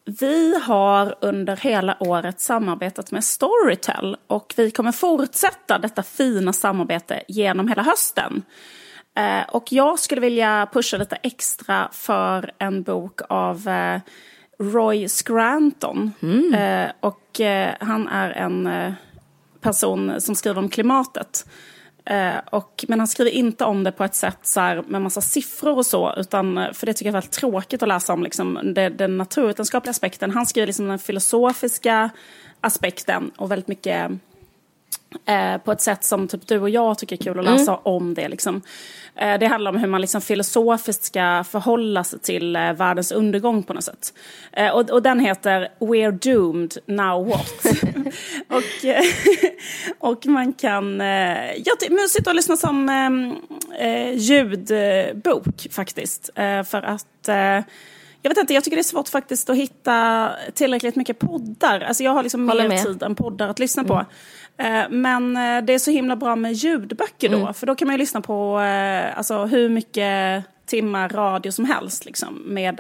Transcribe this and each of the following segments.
Vi har under hela året samarbetat med Storytel och vi kommer fortsätta detta fina samarbete genom hela hösten. Och jag skulle vilja pusha lite extra för en bok av Roy Scranton. Och han är en person som skriver om klimatet. Men han skriver inte om det på ett sätt så här, med massa siffror och så, utan, för det tycker jag är väldigt tråkigt att läsa om liksom, den naturvetenskapliga aspekten. Han skriver liksom den filosofiska aspekten och väldigt mycket på ett sätt som typ du och jag tycker är kul att läsa om det. Liksom. Det handlar om hur man liksom filosofiskt ska förhålla sig till världens undergång på något sätt. Och den heter We're Doomed, Now What? och man kan... mysigt att lyssna som ljudbok faktiskt. För att... jag vet inte, jag tycker det är svårt faktiskt att hitta tillräckligt mycket poddar. Alltså jag har liksom mer tid än poddar att lyssna på. Men det är så himla bra med ljudböcker då. För då kan man ju lyssna på alltså hur mycket timmar radio som helst. Liksom, med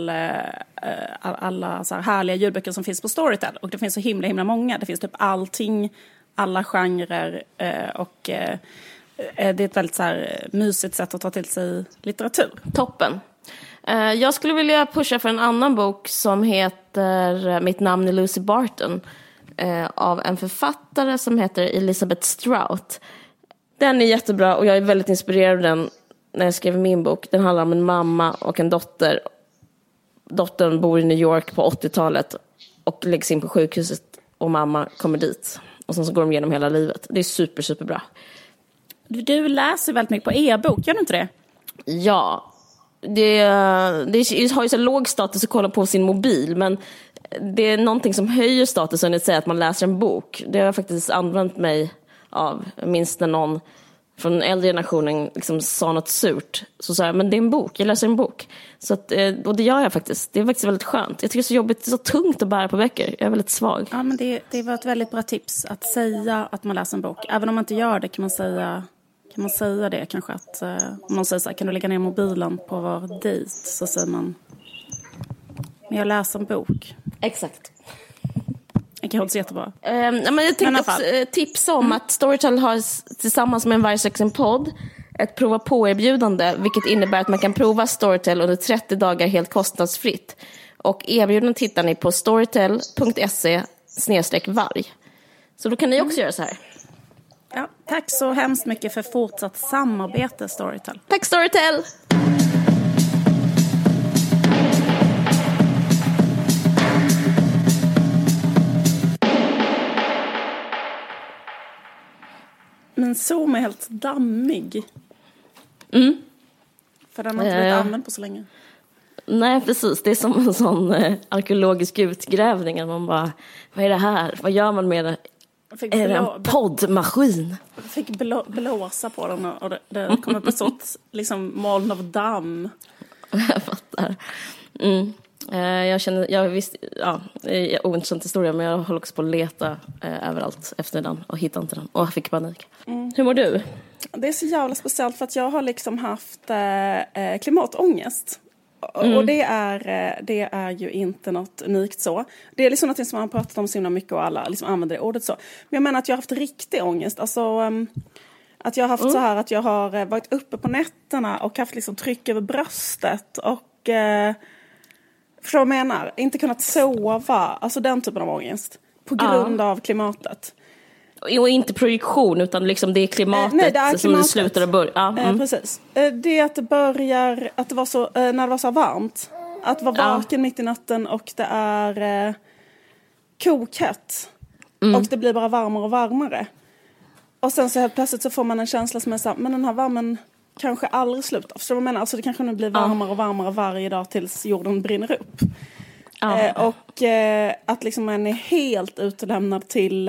alla så här härliga ljudböcker som finns på Storytel. Och det finns så himla många. Det finns typ allting, alla genrer. Och det är ett väldigt så här mysigt sätt att ta till sig litteratur. Toppen. Jag skulle vilja pusha för en annan bok som heter Mitt namn är Lucy Barton, av en författare som heter Elizabeth Strout. Den är jättebra och jag är väldigt inspirerad av den när jag skrev min bok. Den handlar om en mamma och en dotter. Dottern bor i New York på 80-talet och läggs in på sjukhuset och mamma kommer dit. Och sen så går de igenom hela livet. Det är superbra. Du läser väldigt mycket på e-bok, gör du inte det? Ja, det har ju så låg status att kolla på sin mobil, men det är någonting som höjer statusen att säga att man läser en bok. Det har jag faktiskt använt mig av. Jag minns när någon från den äldre generationen liksom sa något surt, så sa jag, men det är en bok, jag läser en bok. Så att, och det gör jag faktiskt. Det är faktiskt väldigt skönt. Jag tycker det är så jobbigt, det är så tungt att bära på böcker. Jag är väldigt svag. Ja, men det var ett väldigt bra tips att säga att man läser en bok. Även om man inte gör det kan man säga det kanske att om någon säger så här, kan du lägga ner mobilen på vår dejt, så säger man, men jag läser en bok. Exakt. Det kan inte så jättebra. Men jag tänkte också tipsa om att Storytel har tillsammans med en Vargsex podd ett prova på-erbjudande, vilket innebär att man kan prova Storytel under 30 dagar helt kostnadsfritt. Och erbjudandet hittar ni på storytel.se/varg. Så då kan ni också göra så här. Ja, tack så hemskt mycket för fortsatt samarbete, Storytel. Tack, Storytel! Men Zoom är helt dammig. För den har inte blivit använd på så länge. Nej, precis. Det är som en sån arkeologisk utgrävning. Man bara, vad är det här? Vad gör man med det? Är det en poddmaskin? Jag fick blåsa på den och det kom upp ett sånt liksom moln av damm. Jag fattar. Jag visste, det är ointressant historia, men jag håller också på att leta överallt efter den och hittar inte den. Och jag fick panik. Hur mår du? Det är så jävla speciellt för att jag har liksom haft klimatångest. Och det är ju inte något unikt så. Det är liksom något som man har pratat om så himla mycket och alla liksom använder det ordet så. Men jag menar att jag har haft riktig ångest. Alltså att jag har haft så här att jag har varit uppe på nätterna och haft liksom tryck över bröstet och förstår vad jag menar? Inte kunnat sova. Alltså den typen av ångest. På grund av klimatet. Och inte projektion, utan liksom det är klimatet, det är som det slutar att börja. Precis. Det är att det börjar, att det var så, när det var så varmt. Att vara vaken mitt i natten och det är kokhett. Och det blir bara varmare och varmare. Och sen så helt plötsligt så får man en känsla som är så här, men den här värmen kanske aldrig slutar. Så jag menar, alltså det kanske nu blir varmare och varmare varje dag tills jorden brinner upp. Och att liksom man är helt utlämnad till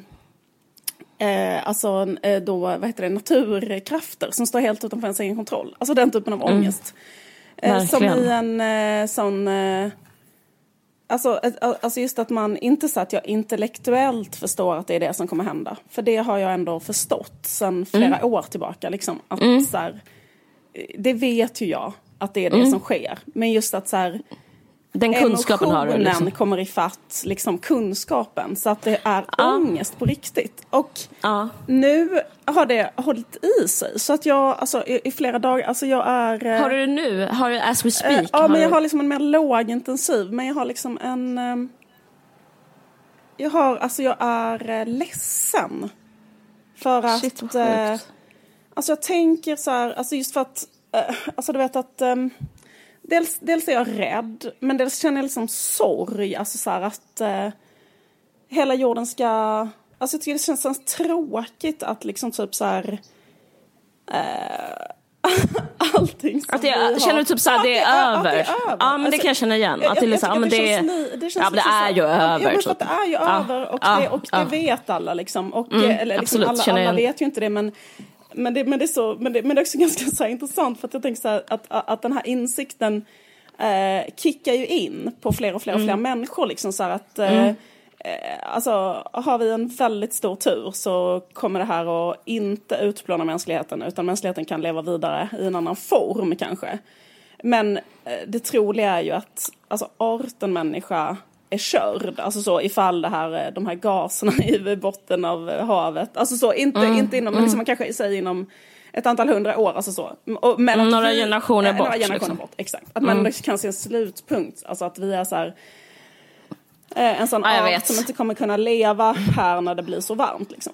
naturkrafter som står helt utanför ens egen kontroll. Alltså den typen av ångest. Som i en sån alltså just att man inte så att jag intellektuellt förstår att det är det som kommer hända. För det har jag ändå förstått sedan flera år tillbaka liksom, att så här, det vet ju jag att det är det som sker. Men just att så här, Den kunskapen har du liksom. Kommer ifatt liksom kunskapen, så att det är ångest på riktigt. Och nu har det hållit i sig, så att jag alltså i flera dagar, alltså jag är... Har du det nu? Har du as we speak? Ja, men jag har liksom en mer lågintensiv, men jag har liksom en... jag är ledsen. För att... Shit, vad sjukt. Alltså jag tänker så här, alltså just för att... alltså du vet att... Dels är jag rädd, men dels känner jag liksom sorg. Alltså så här att hela jorden ska... Alltså jag tycker det känns så tråkigt att liksom typ så här... allting som att det, känner du typ så här, det är över? Ja, men det kan jag känna igen. Att det är liksom, men det är ju över. Ja, men för att det är ju över, och det vet alla liksom. Och, eller liksom, absolut, alla vet ju inte det, men det är också ganska så här intressant, för att jag tänker så här, att den här insikten kickar ju in på fler och fler människor liksom, så här att alltså har vi en väldigt stor tur så kommer det här att inte utplåna mänskligheten, utan mänskligheten kan leva vidare i en annan form kanske. Men det troliga är ju att alltså arten människa är körd, alltså så ifall de här gaserna i botten av havet, alltså så inte inom liksom, man kanske säger inom ett antal 100 år, alltså så, och några generationer bort, några generationer liksom. Bort, exakt, att man kan se en slutpunkt, alltså att vi är så här en sån art som inte kommer kunna leva här när det blir så varmt liksom.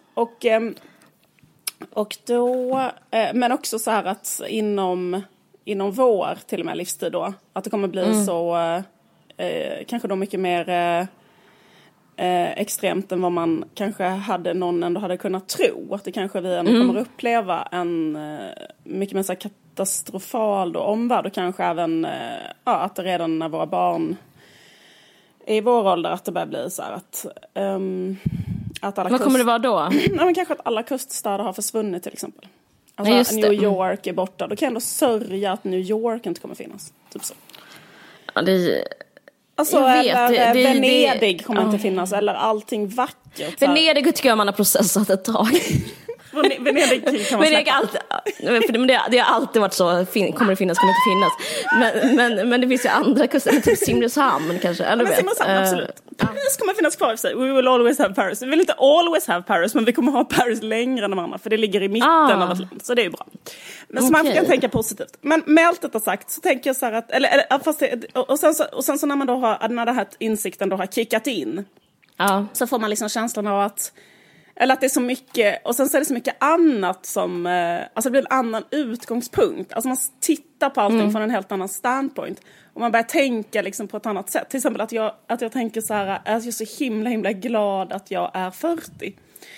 Och då men också så här att inom vår till och med livstid då, att det kommer bli så kanske då mycket mer extremt än vad man kanske ändå hade kunnat tro. Att det kanske vi ändå kommer uppleva en mycket mer så här katastrofal då omvärld, och kanske även att det redan när våra barn i vår ålder, att det börjar bli så här att alla vad kommer det vara då? Ja, men kanske att alla kuststäder har försvunnit till exempel. Alltså New York är borta. Då kan jag ändå sörja att New York inte kommer finnas. Typ så. Ja, det... Alltså, eller Venedig kommer inte finnas. Eller allting vackert. Venedig tycker jag man har processat ett tag. Venedig kan man släppa. Men det har alltid varit så. Kommer det finnas, kommer det inte finnas. Men det finns ju andra kuster. Typ Simrishamn kanske. Eller Simrishamn, absolut. Paris kommer finnas kvar i sig. We will always have Paris. Vi vill inte always have Paris, men vi kommer ha Paris längre än de andra. För det ligger i mitten av ett land. Så det är ju bra. Men så man kan tänka positivt. Men med allt detta sagt så tänker jag så här att... och sen så när man då har... När den här insikten då har kickat in. Så får man liksom känslan av att... Eller att det är så mycket... Och sen så är det så mycket annat som... Alltså det blir en annan utgångspunkt. Alltså man tittar på allting från en helt annan standpoint. Och man börjar tänka liksom på ett annat sätt. Till exempel att jag tänker så här... Att jag är så himla glad att jag är 40.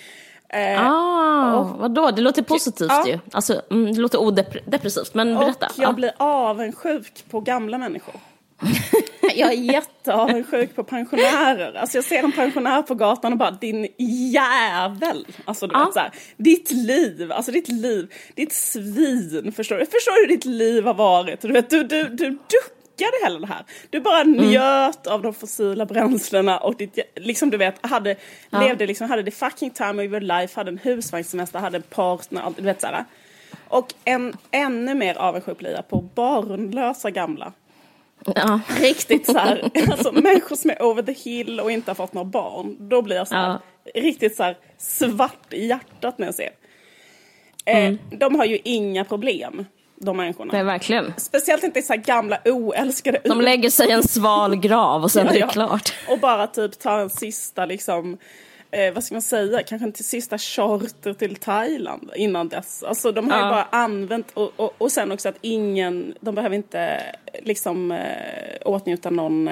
Vadå? Det låter positivt ju. Alltså, det låter odepressivt. Men berätta. Och jag blir avundsjuk på gamla människor. Jag är jätteavundsjuk på pensionärer. Alltså jag ser en pensionär på gatan och bara, din jävel. Alltså du vet så här, ditt liv, ditt svin, förstår du hur ditt liv har varit? Du vet, du duckade hela det här. Du bara njöt av de fossila bränslena och ditt, liksom du vet, hade the fucking time of your life, hade en husvagnssemester, hade en partner, du vet så här. Och ännu mer avundsjuk blir jag på barnlösa gamla. Ja. Riktigt så här, alltså människor som är over the hill och inte har fått några barn, då blir jag så här, riktigt så här svart i hjärtat när jag ser. De har ju inga problem, de människorna. Nej, verkligen. Speciellt inte så här gamla oälskade. De lägger sig i en sval grav och sen är det klart. Och bara typ tar en sista liksom vad ska man säga, kanske en sista charter till Thailand innan dess. Alltså de har ju bara använt och sen också att de behöver inte liksom åtnjuta någon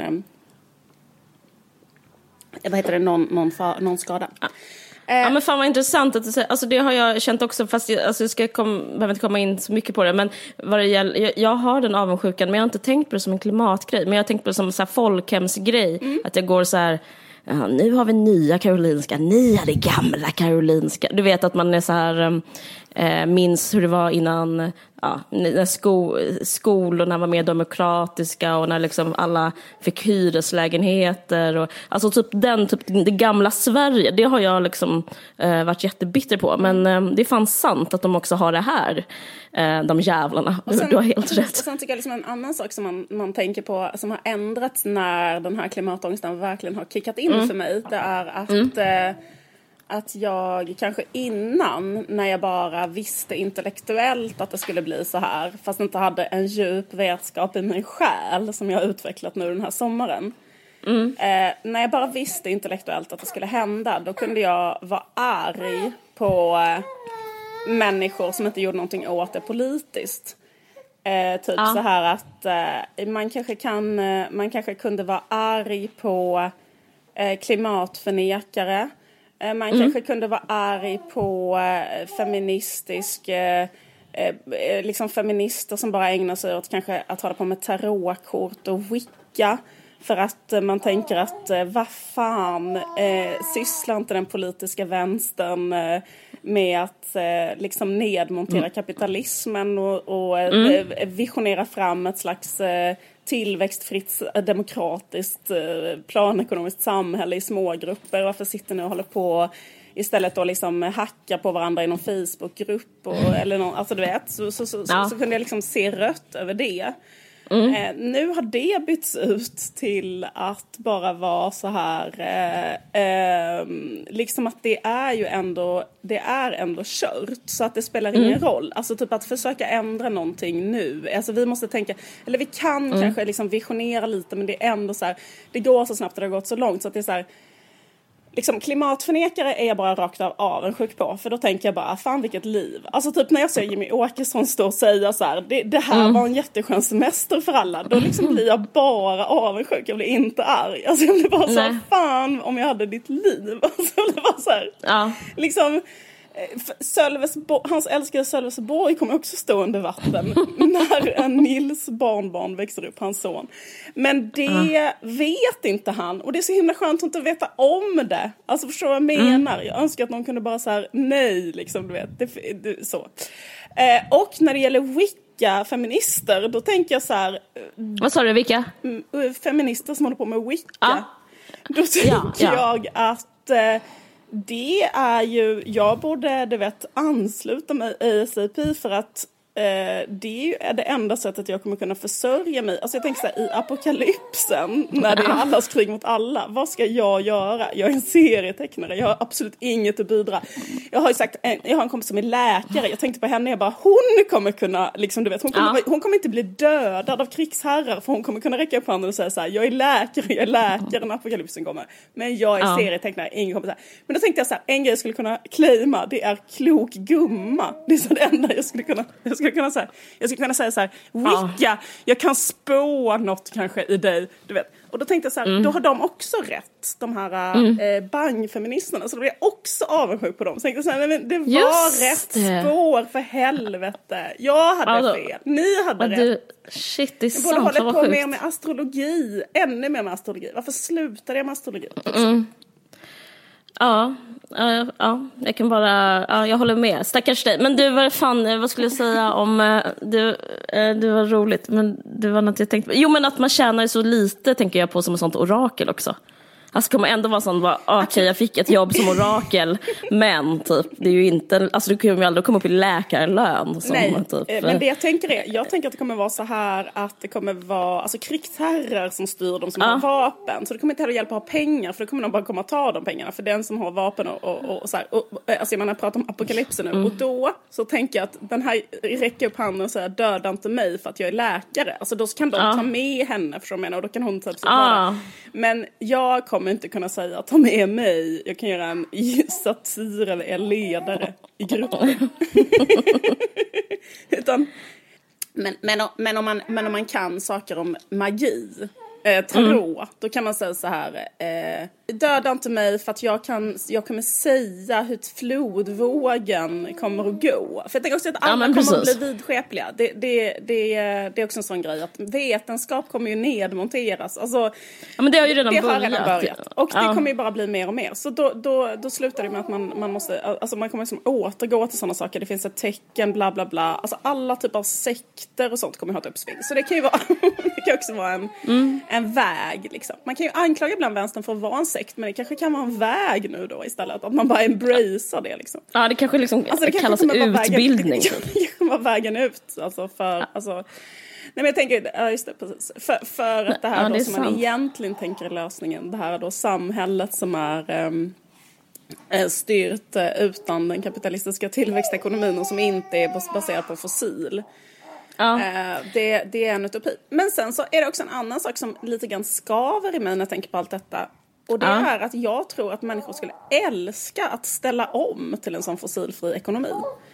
någon skada. Ja, men fan vad intressant att du säger. Alltså det har jag känt också, fast jag behöver inte komma in så mycket på det, men vad det gäller, jag har den avundsjukan, men jag har inte tänkt på det som en klimatgrej, men jag har tänkt på det som så här folkhemsgrej, att jag går så här, nu har vi nya Karolinska, ni hade gamla Karolinska. Du vet att man är så här, minns hur det var innan när skolorna var mer demokratiska och när liksom alla fick hyreslägenheter och alltså typ det gamla Sverige, det har jag liksom varit jättebitter på, men det är fan sant att de också har det här, de jävlarna. Sen, du har helt rätt. Och sen tycker jag liksom en annan sak som man tänker på som har ändrats när den här klimatångesten verkligen har kickat in för mig, det är att jag kanske innan, när jag bara visste intellektuellt att det skulle bli så här, fast inte hade en djup vetskap i min själ som jag har utvecklat nu den här sommaren. När jag bara visste intellektuellt att det skulle hända, då kunde jag vara arg på människor som inte gjorde någonting åt det politiskt. Så här att man kanske kunde vara arg på klimatförnekare. Man kanske kunde vara arg på liksom feminister som bara ägnar sig åt kanske att hålla på med tarotkort och wicca. För att man tänker att vad fan sysslar inte den politiska vänstern med att liksom nedmontera kapitalismen och visionera fram ett slags tillväxtfritt, demokratiskt, planekonomiskt samhälle i små grupper. Varför sitter ni och håller på istället då liksom hacka på varandra i någon Facebookgrupp eller någon, alltså du vet, så kunde jag liksom se rött över det. Nu har det bytts ut till att bara vara så här liksom att det är ändå kört, så att det spelar ingen roll, alltså typ att försöka ändra någonting nu, alltså vi måste tänka, eller vi kan kanske liksom visionera lite, men det är ändå så här, det går så snabbt och det har gått så långt så att det är så här, liksom klimatförnekare är jag bara rakt av avundsjuk på, för då tänker jag bara, fan vilket liv. Alltså typ när jag ser Jimmy Åkesson stå och säga så här, det här var en jätteskön semester för alla, då liksom blir jag bara avundsjuk, jag blir inte arg. Alltså jag blir bara så här, fan om jag hade ditt liv. Alltså jag blir bara så här, liksom hans älskade Sölvesborg kommer också stå under vatten när en Nils barnbarn växer upp, hans son. Men det vet inte han, och det är så himla skönt att inte veta om det. Alltså förstår vad jag menar? Jag önskar att någon kunde bara så här, nej liksom, du vet det, så. Och när det gäller wicca feminister, då tänker jag så här, vad sa du, vilka? Feminister som håller på med wicca. Då tänker jag att det är ju, jag borde, du vet, ansluta mig ASAP, för att det är det enda sättet jag kommer kunna försörja mig. Alltså jag tänker så här, i apokalypsen, när det är allas krig mot alla, vad ska jag göra? Jag är en serietecknare, jag har absolut inget att bidra. Jag har ju sagt, jag har en kompis som är läkare, jag tänkte på henne, jag bara, hon kommer kunna, liksom, du vet, hon kommer inte bli dödad av krigsherrar, för hon kommer kunna räcka upp handen och säga så här, jag är läkare när apokalypsen kommer, men jag är serietecknare, ingen kommer så här. Men då tänkte jag så här, en grej jag skulle kunna claima, det är klok gumma. Det är så det enda jag skulle kunna säga så här, wicca, jag kan spå något kanske i dig, du vet. Och då tänkte jag så här, då har de också rätt, de här bangfeministerna, så då blir jag också avundsjuk på dem. Så tänkte jag så här, men det var rätt spår, för helvete. Jag hade fel, ni hade rätt. Shit, det är sant. Jag borde hålla på med astrologi, ännu mer med astrologi. Varför slutade jag med astrologi? Ja, jag kan bara, jag håller med. Stackars dig. Men du, vad skulle jag säga om det var roligt, men det var något jag tänkte på. Jo, men att man tjänar så lite tänker jag på som ett sånt orakel också. Alltså kommer ändå vara sånt, okej, jag fick ett jobb som orakel, men typ, det är ju inte, alltså du kommer ju aldrig komma upp i läkarlön som. Nej, typ. Men det jag tänker att det kommer vara så här, att det kommer vara alltså krigsherrar som styr de som har vapen, så det kommer inte heller hjälpa att ha pengar, för då kommer de bara komma att ta de pengarna för den som har vapen och så här, alltså jag menar, pratar om apokalypsen nu, och då så tänker jag att den här räcker upp handen och säger, döda inte mig för att jag är läkare, alltså då kan de ta med henne, för jag menar, och då kan hon typ så men jag kommer inte kunna säga att de är mig. Jag kan göra en satir eller en ledare i gruppen. Men om man kan saker om magi, tarot, då kan man säga så här, döda inte mig för att jag kommer säga hur flodvågen kommer att gå. För jag tänker också att alla kommer att bli vidskepliga. Det är också en sån grej att vetenskap kommer ju nedmonteras. Alltså, men det har ju redan börjat. Och det kommer ju bara bli mer och mer. Så då slutar det med att man måste, alltså man kommer liksom återgå till sådana saker. Det finns ett tecken, bla bla bla. Alltså alla typer av sekter och sånt kommer ha ett uppsving. Så det kan ju vara, det kan också vara en väg liksom. Man kan ju anklaga ibland vänstern för att vara en sekt, men det kanske kan vara en väg nu då istället. Att man bara embracear det liksom. Ja, det kanske liksom kallas utbildning. Det kan vara vägen ut. Alltså nej, men jag tänker, ja just det, precis. För att det här då som man egentligen tänker är lösningen. Det här då samhället som är styrt utan den kapitalistiska tillväxtekonomin och som inte är baserad på fossil. Ja. Det är en utopi. Men sen så är det också en annan sak som lite grann skaver i mig när jag tänker på allt detta. Och det är att jag tror att människor skulle älska att ställa om till en sån fossilfri ekonomi.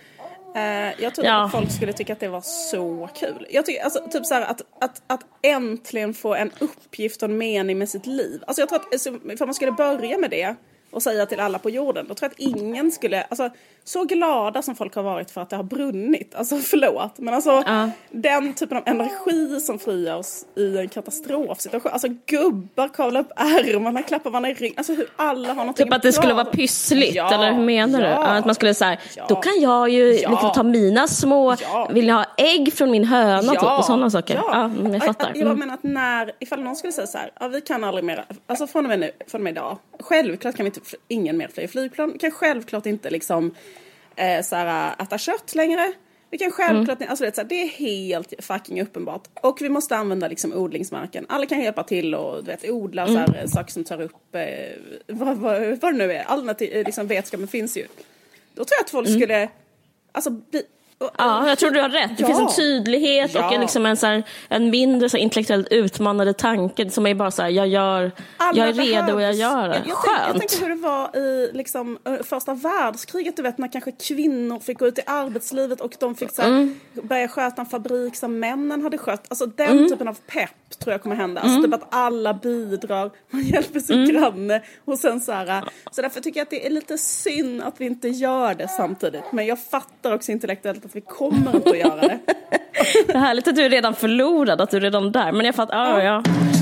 Jag tror att folk skulle tycka att det var så kul. Jag tycker alltså, typ så här, att äntligen få en uppgift och en mening med sitt liv. Alltså jag tror att för man skulle börja med det och säga till alla på jorden, då tror jag att ingen skulle, alltså så glada som folk har varit för att det har brunnit, alltså förlåt, men alltså den typen av energi som frigörs i en katastrofsituation, alltså gubbar kavlar upp ärmarna, klappar varandra i ryggen, alltså hur alla har någonting typ att det skulle vara pyssligt, eller hur menar du? Att man skulle säga, då kan jag ju liksom ta mina små, vill jag ha ägg från min höna typ, och sådana saker. Jag fattar. Jag menar att ifall någon skulle säga så här, vi kan aldrig mer, alltså från och med idag, självklart kan vi inte, ingen mer flyga flygplan, vi kan självklart inte liksom så här, äta kött längre. Vi kan självklart, alltså det är helt fucking uppenbart. Och vi måste använda liksom odlingsmarken. Alla kan hjälpa till och odla så här, saker som tar upp vad det nu är. Alternativ, liksom vetskapen finns ju. Då tror jag att folk skulle alltså jag tror du har rätt. Det finns en tydlighet och en mindre så här, intellektuellt utmanande tanke som är bara så här, jag är redo och jag gör det. Jag tänker hur det var i liksom, första världskriget, du vet, när kanske kvinnor fick gå ut i arbetslivet och de fick så här, börja sköta en fabrik som männen hade skött. Alltså den typen av pepp tror jag kommer hända. Alltså typ att alla bidrar, man hjälper sin granne och sen så här. Så därför tycker jag att det är lite synd att vi inte gör det samtidigt. Men jag fattar också intellektuellt att vi kommer inte att göra det. Det är härligt att du är redan förlorad, att du är redan där. Men jag fattar, ja.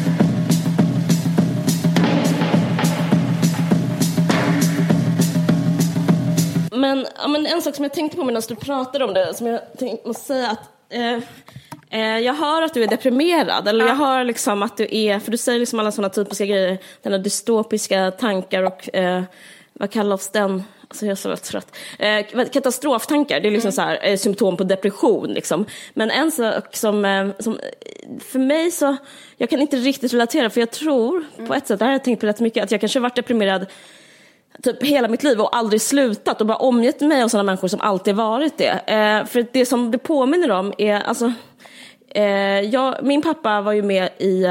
Men en sak som jag tänkte på medan du pratade om det, som jag måste säga att jag hör att du är deprimerad, eller jag hör liksom att du är, för du säger liksom alla sådana typiska grejer, den här dystopiska tankar och vad kallas den? Alltså jag är så trött. Katastroftankar, det är liksom så här, symptom på depression liksom. Men en sak som för mig så, jag kan inte riktigt relatera, för jag tror på ett sätt, det här har jag tänkt på rätt mycket, att jag kanske har varit deprimerad typ hela mitt liv och aldrig slutat och bara omgett mig av sådana människor som alltid varit det. För det som det påminner om är, alltså min pappa var ju med i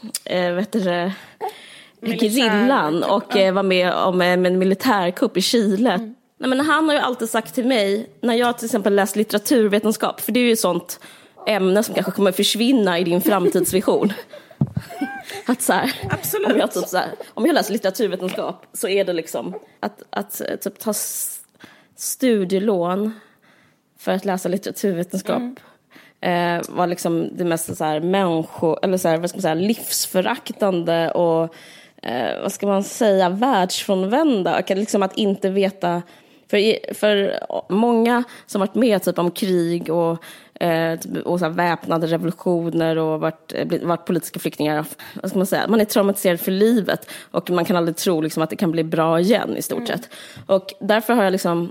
gerillan och var med om en militärkupp i Chile. Nej, men han har ju alltid sagt till mig, när jag till exempel läst litteraturvetenskap, för det är ju ett sånt ämne som kanske kommer försvinna i din framtidsvision. Att så här, absolut. Om jag läser litteraturvetenskap så är det liksom att typ ta studielån för att läsa litteraturvetenskap var liksom det mest så här eller så här, vad ska man säga, livsföraktande och vad ska man säga, världsfrånvända, liksom att inte veta, för många som varit med typ om krig och så här väpnade revolutioner och varit politiska flyktingar, vad ska man säga, man är traumatiserad för livet och man kan aldrig tro liksom att det kan bli bra igen i stort sett. Och därför har jag liksom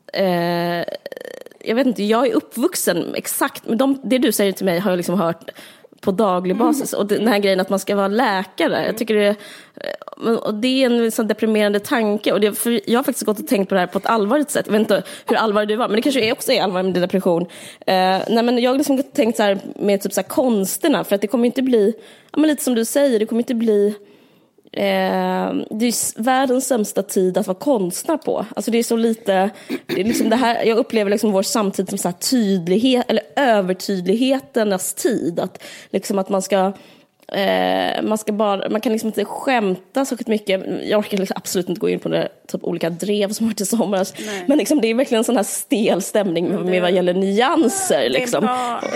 jag vet inte, jag är uppvuxen exakt med det du säger till mig har jag liksom hört på daglig basis. Och den här grejen att man ska vara läkare, jag tycker det är en sån deprimerande tanke. Och för jag har faktiskt gått och tänkt på det här på ett allvarligt sätt. Jag vet inte hur allvarlig du var, men det kanske också är allvarligt med din depression. Nej, men jag har liksom tänkt så här med typ så här konsterna, för att det kommer inte bli, men lite som du säger, det kommer inte bli det är världens sämsta tid att vara konstnär på. Alltså det är så lite, det är liksom det här, jag upplever liksom vår samtid som så här tydlighet eller övertydligheternas tid, att liksom att man ska man kan liksom inte skämta så mycket. Jag orkar liksom absolut inte gå in på det typ olika drev som har till somras. Nej. Men liksom, det är verkligen en sån här stel stämning med vad gäller nyanser. Liksom. Det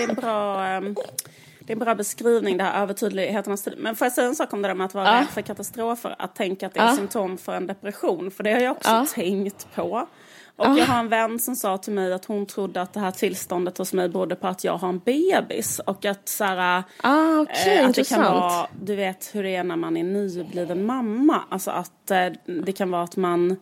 är en bra beskrivning, det här övertydligheten. Men får jag säga en sak om det där med att vara rädd för katastrofer? Att tänka att det är symptom för en depression. För det har jag också tänkt på. Och jag har en vän som sa till mig att hon trodde att det här tillståndet hos mig berodde på att jag har en bebis. Och att såhär, att det kan vara, du vet hur det är när man är nybliven mamma. Alltså att det kan vara att man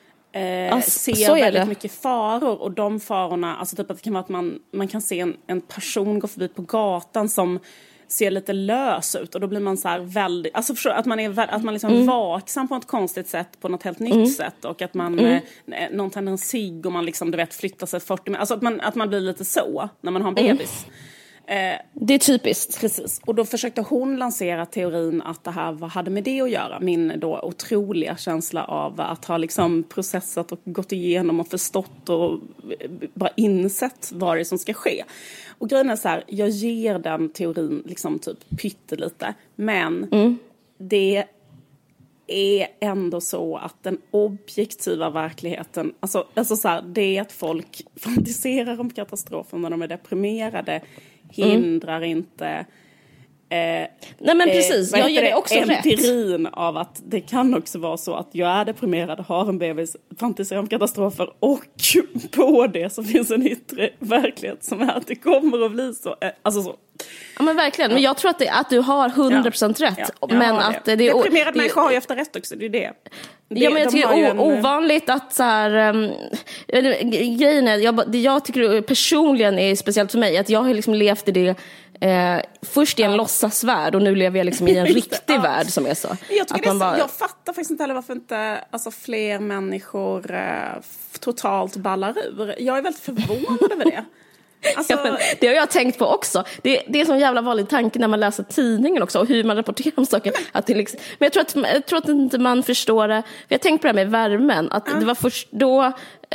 ser väldigt mycket faror. Och de farorna, alltså typ att det kan vara att man kan se en person gå förbi på gatan som ser lite lös ut, och då blir man så här väldigt, alltså att man liksom vaksam på ett konstigt sätt, på något helt nytt sätt, och att man någon tänder en cigg och man liksom, du vet, flyttar sig 40 meter, alltså att man blir lite så när man har en bebis. Det är typiskt. Precis. Och då försökte hon lansera teorin att det här hade med det att göra. Min då otroliga känsla av att ha liksom processat och gått igenom och förstått och bara insett vad det är som ska ske. Och grejen är så här, jag ger den teorin liksom typ pyttelite. Men det är ändå så att den objektiva verkligheten, alltså så här, det är att folk fantiserar om katastrofen när de är deprimerade, hindrar inte nej men precis, jag ger det också empirin av att det kan också vara så att jag är deprimerad, har en bebis, fantiserar om katastrofer, och på det så finns en yttre verklighet som är att det kommer att bli så, alltså så. Ja men verkligen, men jag tror att du har 100% rätt. Men att det är deprimerade människor har ju efter rätt också, det är det. Ja, men jag tycker det är ovanligt att så här, grejen är, jag tycker personligen är speciellt för mig, att jag har liksom levt i det först i en låtsasvärld, och nu lever jag liksom i en riktig värld som är så. Jag fattar faktiskt inte heller varför inte fler människor totalt ballar ur. Jag är väldigt förvånad över det. Alltså, ja, det har jag tänkt på också. Det är en sån jävla vanlig tanke när man läser tidningen också, och hur man rapporterar om saker. Att det liksom, men jag tror att inte man förstår det. Jag har tänkt på det här med värmen. Att det var först då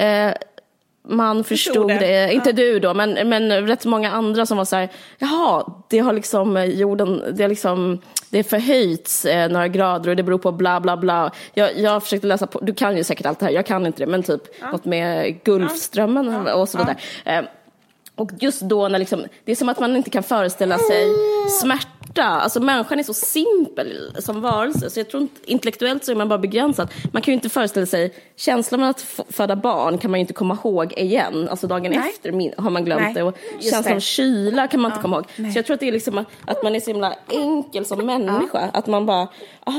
man förstod det. Inte du då, men rätt många andra som var så här: jaha, det har liksom jorden, det är förhöjts några grader och det beror på bla bla bla. Jag försökte läsa på, du kan ju säkert allt det här, jag kan inte det, men typ något med Gulfströmmen och så vidare. Och just då när liksom, det är som att man inte kan föreställa sig smärta. Alltså människan är så simpel som varelse, så jag tror inte, intellektuellt så är man bara begränsad. Man kan ju inte föreställa sig känslan av att föda barn, kan man ju inte komma ihåg igen. Alltså dagen efter har man glömt det. Och känslan av kyla kan man inte komma ihåg. Nej. Så jag tror att det är liksom att man är så himla enkel som människa. Att man bara,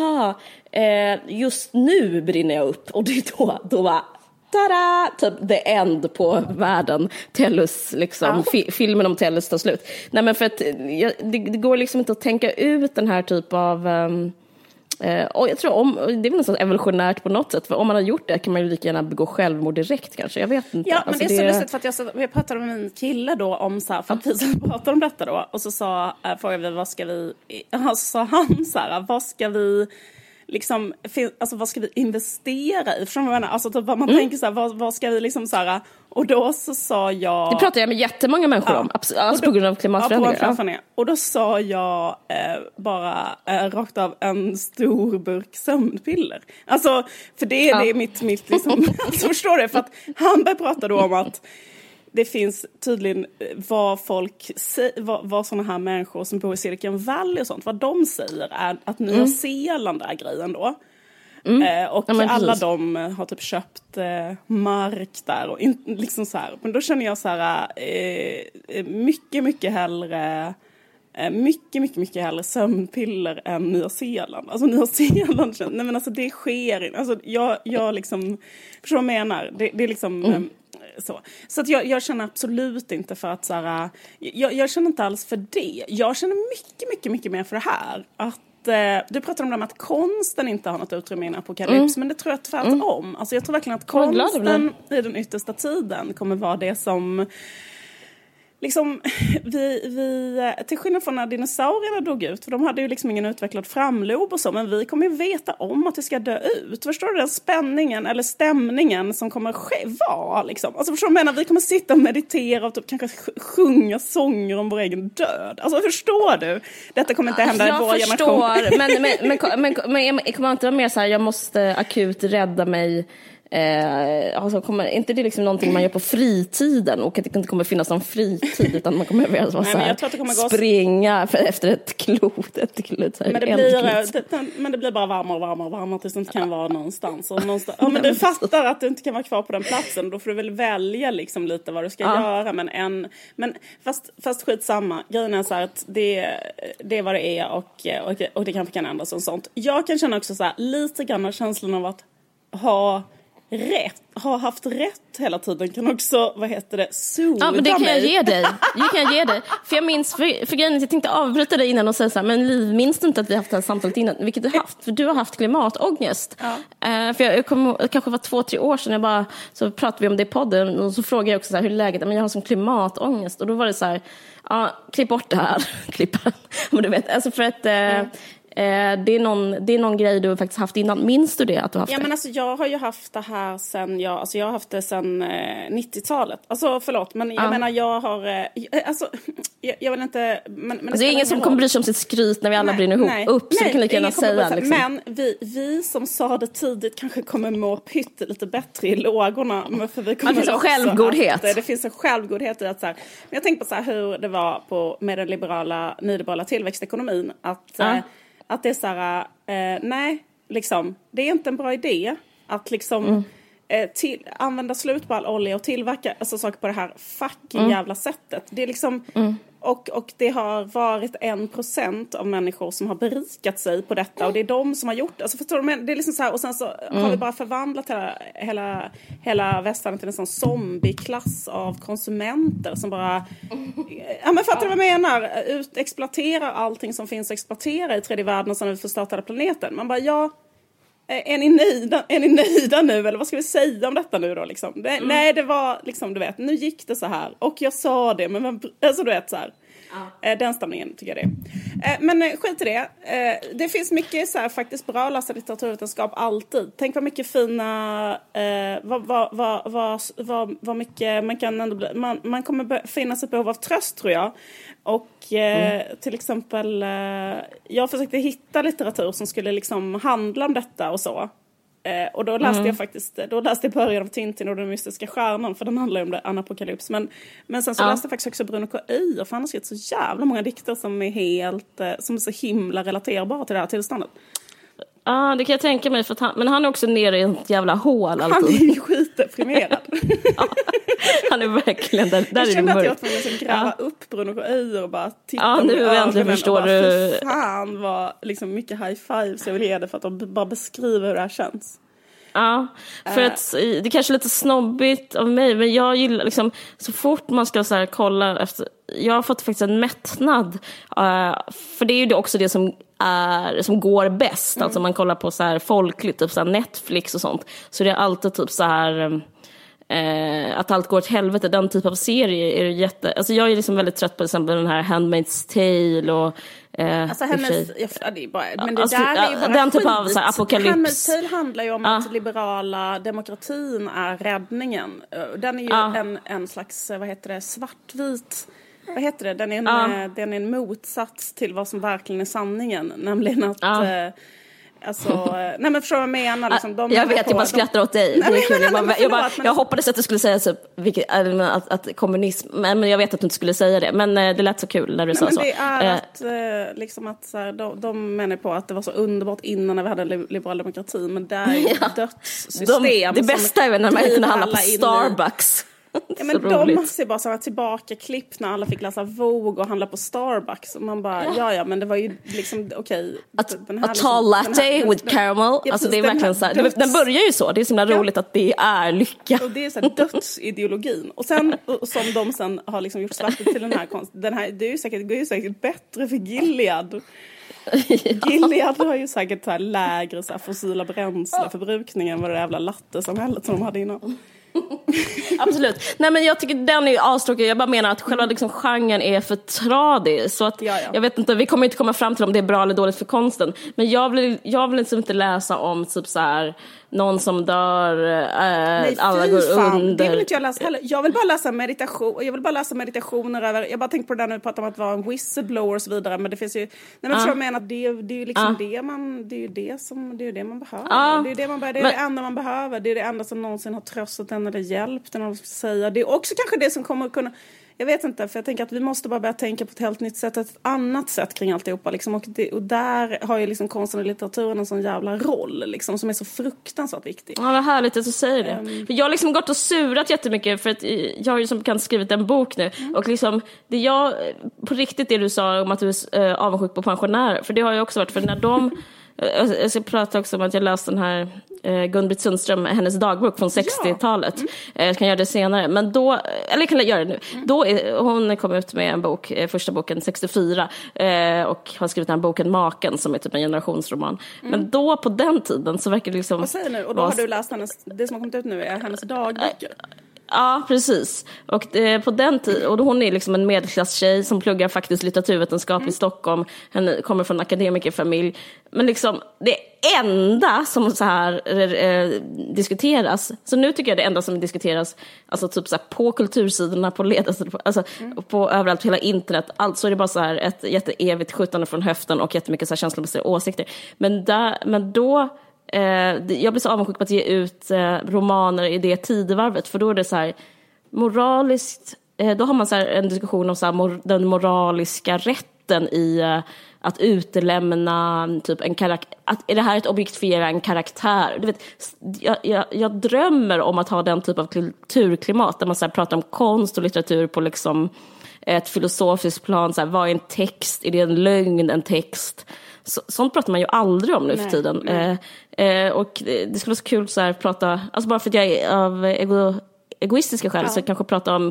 just nu brinner jag upp. Och det är då bara, tada! Typ the end på världen. Tellus, liksom. Filmen om Tellus tar slut. Nej, men för att det går liksom inte att tänka ut den här typ av och jag tror det är väl nästan evolutionärt på något sätt, för om man har gjort det kan man ju lika gärna begå självmål direkt kanske, jag vet inte. Ja, men alltså, det är så lustigt för att jag pratade med min kille då om så här, för att vi pratade om detta då, och så frågade vi vad ska vi, så sa han så här, vad ska vi liksom, alltså vad ska vi investera i? Alltså typ vad man tänker så här, vad ska vi liksom så här, och då så sa jag, det pratar jag med jättemånga människor om, alltså på grund av klimatförändringar. Och då sa jag bara rakt av en stor burk sömnpiller. Alltså, för det är mitt liksom, alltså, förstår du? För att han började prata då om att det finns tydligen vad folk vad sådana här människor som bor i Silicon Valley och sånt, vad de säger är att Nya Zeeland är grejen då. Och alla de har typ köpt mark där och liksom så här. Men då känner jag så här mycket hellre mycket hellre sömnpiller än Nya Zeeland. Alltså Nya Zeeland, nej men alltså det sker inte. Alltså jag liksom, förstår vad jag menar? Det är liksom så att jag känner absolut inte för att så här, jag känner inte alls för det. Jag känner mycket mer för det här. Att du pratar om det med att konsten inte har något utrymme i en apokalyps, men det tror jag tvärtom. Alltså jag tror verkligen att konsten i den yttersta tiden kommer vara det som liksom, vi till skillnad från när dinosaurierna dog ut, för de hade ju liksom ingen utvecklad framlob och så, men vi kommer ju veta om att vi ska dö ut. Förstår du den spänningen eller stämningen som kommer vara liksom? Alltså förstår du, menar vi kommer sitta och meditera och typ kanske sjunga sånger om vår egen död. Alltså förstår du? Detta kommer inte hända i vår generation. Jag förstår, men jag kommer inte vara mer så här, jag måste akut rädda mig. Alltså inte det liksom någonting man gör på fritiden, och att det inte kommer finnas någon fritid, utan man kommer göra så här, springa efter ett klot, men det blir bara varmare tills det inte kan vara någonstans. Ja, men du fattar att du inte kan vara kvar på den platsen, då får du väl välja liksom lite vad du ska göra, men fast skitsamma. Grejen är så här att det är vad det är, och det kanske kan ändras och sånt. Jag kan känna också så här, lite grann av känslan av att har haft rätt hela tiden kan också, soda. Ja, men det kan jag ge dig. För jag minns, för grejen, jag tänkte avbryta dig innan och säga så här, men Liv, minns du inte att vi haft det här samtalet innan? Vilket du har haft, för du har haft klimatångest. Ja. För jag kanske var 2-3 år sedan, så pratade vi om det i podden, och så frågade jag också så här, hur är läget? Men jag har som klimatångest, och då var det så här, klipp bort det här. Men du vet, alltså för att det är någon grej du faktiskt haft innan. Minns du det, att du haft det? Men alltså jag har ju haft det här sen jag har haft det sen 90-talet. Alltså förlåt, men jag menar jag har jag vill inte, men alltså, det är ingen som kommer bry sig om sitt skryt när vi alla brinner upp, så kan lika gärna säga liksom. Men vi som sa det tidigt kanske kommer må lite bättre i lågorna, för vi kommer det finns en självgodhet. Det finns en självgodhet i att så här, men jag tänker på så här hur det var med den nyliberala tillväxtekonomin, att det är så här, nej, liksom, det är inte en bra idé att liksom använda slut på all olja och tillverka alltså, saker på det här fucking jävla sättet. Det är liksom, och det har varit 1% av människor som har berikat sig på detta, och det är de som har gjort, alltså förstår du, det är liksom så här, och sen så har vi bara förvandlat hela västvärlden till en sån zombieklass av konsumenter som bara men fattar du vad jag menar, exploaterar allting som finns att exploatera i tredje världen, och sen har vi förstatade planeten. Man bara, är ni nöjda nu, eller vad ska vi säga om detta nu då liksom? Nej, det var liksom, du vet, nu gick det så här, och jag sa det, men alltså du vet så här. Den stämningen tycker jag det. Men skit i det. Det finns mycket så här, faktiskt bra att läsa litteraturvetenskap alltid. Tänk vad mycket fina vad mycket man kan ändå bli, man kommer finnas ett behov av tröst, tror jag. Och till exempel jag försökte hitta litteratur som skulle liksom handla om detta och så. Och då läste jag läste början av Tintin och den mystiska stjärnan, för den handlar ju om det anapokalyps, men sen så läste jag faktiskt också Bruno K. Öijer, för han har skrivit så jävla många dikter som är så himla relaterbara till det här tillståndet. Ja, det kan jag tänka mig, men han är också nere i ett jävla hål alltid. Han är ju skitdeprimerad. Han är verkligen där. Jag kände att jag var tvungen att gräva upp Bruno K. Öijer och bara titta nu äntligen förstår du. Fan vad liksom mycket high five så jag vill ge det, för att de bara beskriver hur det här känns. Ja, för att det kanske är lite snobbigt av mig, men jag gillar liksom, så fort man ska så här kolla efter, jag har fått faktiskt en mättnad, för det är ju också det som går bäst, alltså man kollar på så här folkligt, typ så här Netflix och sånt, så det är alltid typ så här att allt går åt helvete, den typ av serie är alltså jag är liksom väldigt trött på exempel den här Handmaid's Tale och alltså hennes, det är bara, men det alltså, där är ju bara den typ av så här apokalyps. Handmaid's Tale handlar ju om att liberala demokratin är räddningen. Den är ju en slags, svartvit, den är en motsats till vad som verkligen är sanningen, nämligen att alltså, nej men förstår vad jag menar liksom, jag vet, jag bara skrattar åt dig. Det är kul. Jag hoppades att du skulle säga så, att kommunism, men jag vet att du inte skulle säga det, men det lät så kul när du sa så. Det är att liksom att så här, de menar på att det var så underbart innan när vi hade liberal demokrati, men det är ju dödssystem. Det bästa är när man kunde handla på Starbucks. Ja, men de ser bara sådana tillbaka-klipp när alla fick läsa Vogue och handla på Starbucks. Och man bara, men det var ju liksom, okej. A tall latte with caramel. Ja, alltså det är verkligen så här, den börjar ju så. Det är så himla roligt att det är lycka. Och det är så här dödsideologin. Och sen, som de sen har liksom gjort svart till den här, det går ju säkert bättre för Gilead. Gilead har ju säkert så här lägre så här fossila bränsleförbrukning än vad det jävla lattesamhället som de hade innan. Absolut. Nej, men jag tycker den är ju avstråkig. Jag bara menar att själva liksom genren är för tradig. Så att jag vet inte, vi kommer inte komma fram till om det är bra eller dåligt för konsten. Men jag vill liksom inte läsa om typ så här någon som dör, Nej, alla går under. Det vill inte jag läsa heller. Jag vill bara läsa meditation. Jag vill bara läsa meditationer över. Jag bara tänkte på det där nu, pratar om att vara en whistleblower och så vidare, men det finns ju, nej men jag menar att det är ju liksom det man, det är ju det man behöver. Det är det man behöver, det är det enda man behöver. Det är det enda som någonsin har tröstat en eller hjälpt en att säga. Det är också kanske det som kommer att kunna, jag vet inte, för jag tänker att vi måste bara börja tänka på ett helt nytt sätt, ett annat sätt kring alltihopa liksom, och där har ju liksom konsten och litteraturen en sån jävla roll liksom, som är så fruktansvärt viktig. Ja, vad härligt att du säger det. För jag har liksom gått och surat jättemycket, för att jag har ju som bekant skrivit en bok nu, och liksom det jag, på riktigt det du sa om att du är avundsjuk på pensionärer, för det har jag också varit, för när de jag ska prata också om att jag läste den här Gun-Britt Sundström, hennes dagbok från 60-talet. Jag kan göra det senare, men då, eller kan jag göra det nu. Då hon kom ut med en bok, första boken 64, och har skrivit den här boken Maken, som är typ en generationsroman. Men då på den tiden så verkar det liksom... Vad säger nu? Och då har du läst hennes, det som har kommit ut nu är hennes dagböcker. Ja, precis. Och på den tiden, och hon är liksom en medelklasstjej som pluggar faktiskt litteraturvetenskap i Stockholm. Hon kommer från en akademikerfamilj. Men liksom det enda som så här diskuteras, så nu tycker jag det enda som diskuteras, alltså typ så här på kultursidorna, på ledarsidorna, alltså på överallt på hela internet, alltså är det bara så här ett jätteevigt skjutande från höften och jättemycket så här känslomässiga åsikter. Men då jag blir så avundsjuk på att ge ut romaner i det tidevarvet, för då är det så här moraliskt, då har man så här en diskussion om så här, den moraliska rätten i att utelämna typ en karaktär, att är det här ett objektifiera en karaktär, du vet, jag drömmer om att ha den typ av kulturklimat där man så här pratar om konst och litteratur på liksom ett filosofiskt plan, så här, vad är en text, är det en lögn, en text? Sånt pratar man ju aldrig om nu för tiden. Och det skulle vara så kul så här prata, alltså bara för att jag är av egoistiska skäl, så kanske prata om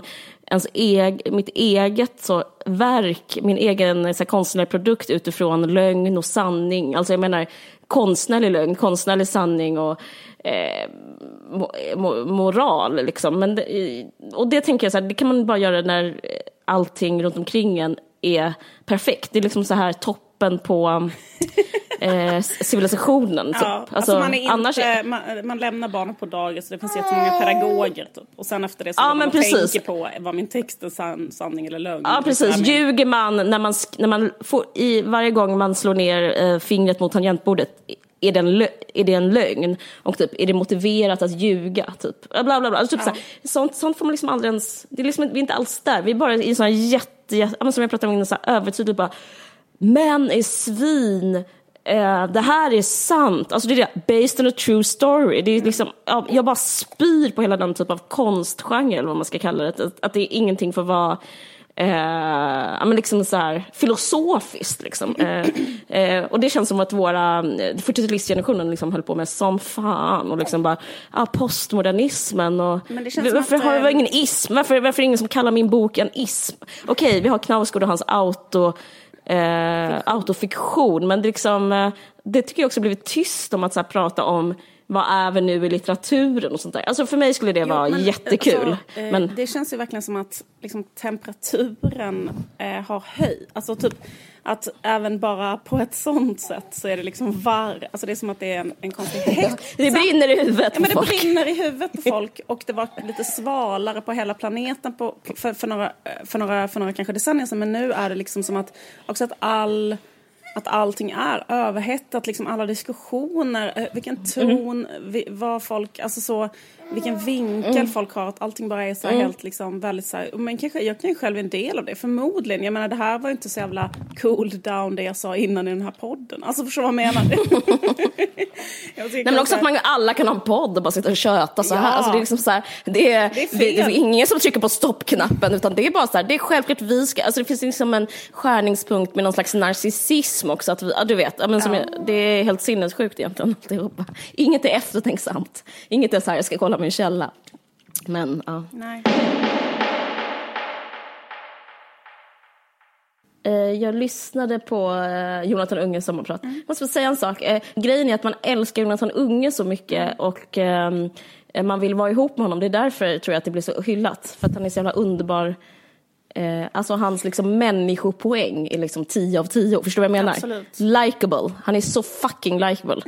mitt eget så verk, min egen så här, konstnärlig produkt utifrån lögn och sanning. Alltså jag menar konstnärlig lögn, konstnärlig sanning och moral liksom. Men och det tänker jag så här, det kan man bara göra när allting runt omkring en är perfekt. Det är liksom så här toppen på civilisationen typ. Ja, alltså man är inte, annars man lämnar barnet på dagis, så det finns jättemånga pedagoger typ. Och sen efter det så man tänker på vad min text är, sanning eller lögn. Ja, precis. Ljuger man när man får varje gång man slår ner fingret mot tangentbordet, är det en lögn, och typ är det motiverat att ljuga typ bla bla bla, alltså, typ sånt får man liksom aldrig ens, det är liksom, vi är inte alls där, vi är bara i såna jätte som jag pratade om innan, så här övertydligt bara män är svin, det här är sant, alltså det är det, based on a true story. Det är liksom, jag bara spyr på hela den typ av konstgenre eller vad man ska kalla det, att det är ingenting för att vara men liksom så här filosofiskt liksom. Och det känns som att våra 40-talistgenerationen liksom höll på med som fan, och liksom bara postmodernismen, och varför har vi ingen ism, varför är det ingen som kallar min bok en ism? Okej, vi har Knausgård och hans autofiktion, men det liksom, det tycker jag också blivit tyst om att så här, prata om vad är vi nu i litteraturen och sånt där. Alltså för mig skulle det vara jättekul. Alltså, men det känns ju verkligen som att liksom, temperaturen har höjt. Alltså typ att även bara på ett sånt sätt så är det liksom alltså det är som att det är en konstig det brinner i huvudet på folk. Det brinner i huvudet på folk, och det var lite svalare på hela planeten för några kanske decennier sedan, men nu är det liksom som att också att allting är överhettat, liksom alla diskussioner, vilken ton, vad folk, alltså så, vilken vinkel folk har, att allting bara är så här helt liksom väldigt så här, men kanske jag kan ju själv en del av det, förmodligen. Jag menar, det här var ju inte så jävla cool down det jag sa innan i den här podden. Alltså förstår vad jag menar? Nej, men också att man alla kan ha en podd och bara sitta och köta så här. Alltså det är liksom så här, det är ingen som trycker på stoppknappen, utan det är bara så här, det är självklart vi ska, alltså det finns liksom en skärningspunkt med någon slags narcissism också, att vi, du vet, men som det är helt sinnessjukt egentligen alltihopa. Inget är eftertänksamt. Inget är så här, jag ska kolla min källa. Men Nej. jag lyssnade på Jonathan Unges sommarprat. Måste få säga en sak. Grejen är att man älskar Jonathan Unge så mycket och man vill vara ihop med honom. Det är därför tror jag att det blir så hyllat. För att han är så jävla underbar. Alltså hans liksom människopoäng är liksom 10 av 10. Förstår du vad jag menar? Absolut. Likeable. Han är så fucking likeable.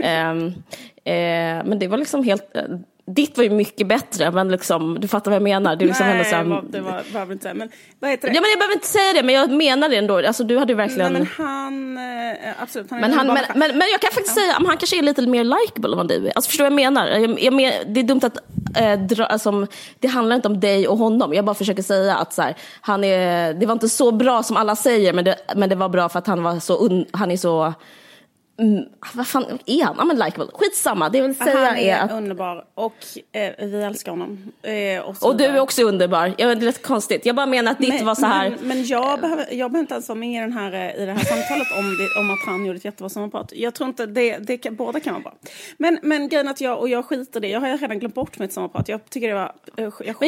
Men det var liksom helt... Ditt var ju mycket bättre, men liksom, du fattar vad jag menar. Det är liksom Nej, det var inte. Men vad heter det? Ja, men jag behöver inte säga det, men jag menar det ändå. Alltså, du hade ju verkligen... Nej, men han... absolut. Men jag kan faktiskt säga att han kanske är lite mer likeable än vad du är. Alltså, förstår du vad jag menar? Det är dumt att... det handlar inte om dig och honom. Jag bara försöker säga att så här, det var inte så bra som alla säger, men det var bra för att han är så... vad fan är han? Men likeable. Skitsamma, det vill säga han är att... underbar och vi älskar honom. Och du är också underbar. Det är lite konstigt. Jag bara menar att ditt var så här... Men jag behöver inte ens vara med i det här samtalet om att han gjorde ett jättebra sommarprat. Jag tror inte båda kan vara bra. Men grejen att jag skiter det. Jag har redan glömt bort mitt sommarprat. Jag tycker det var... Jag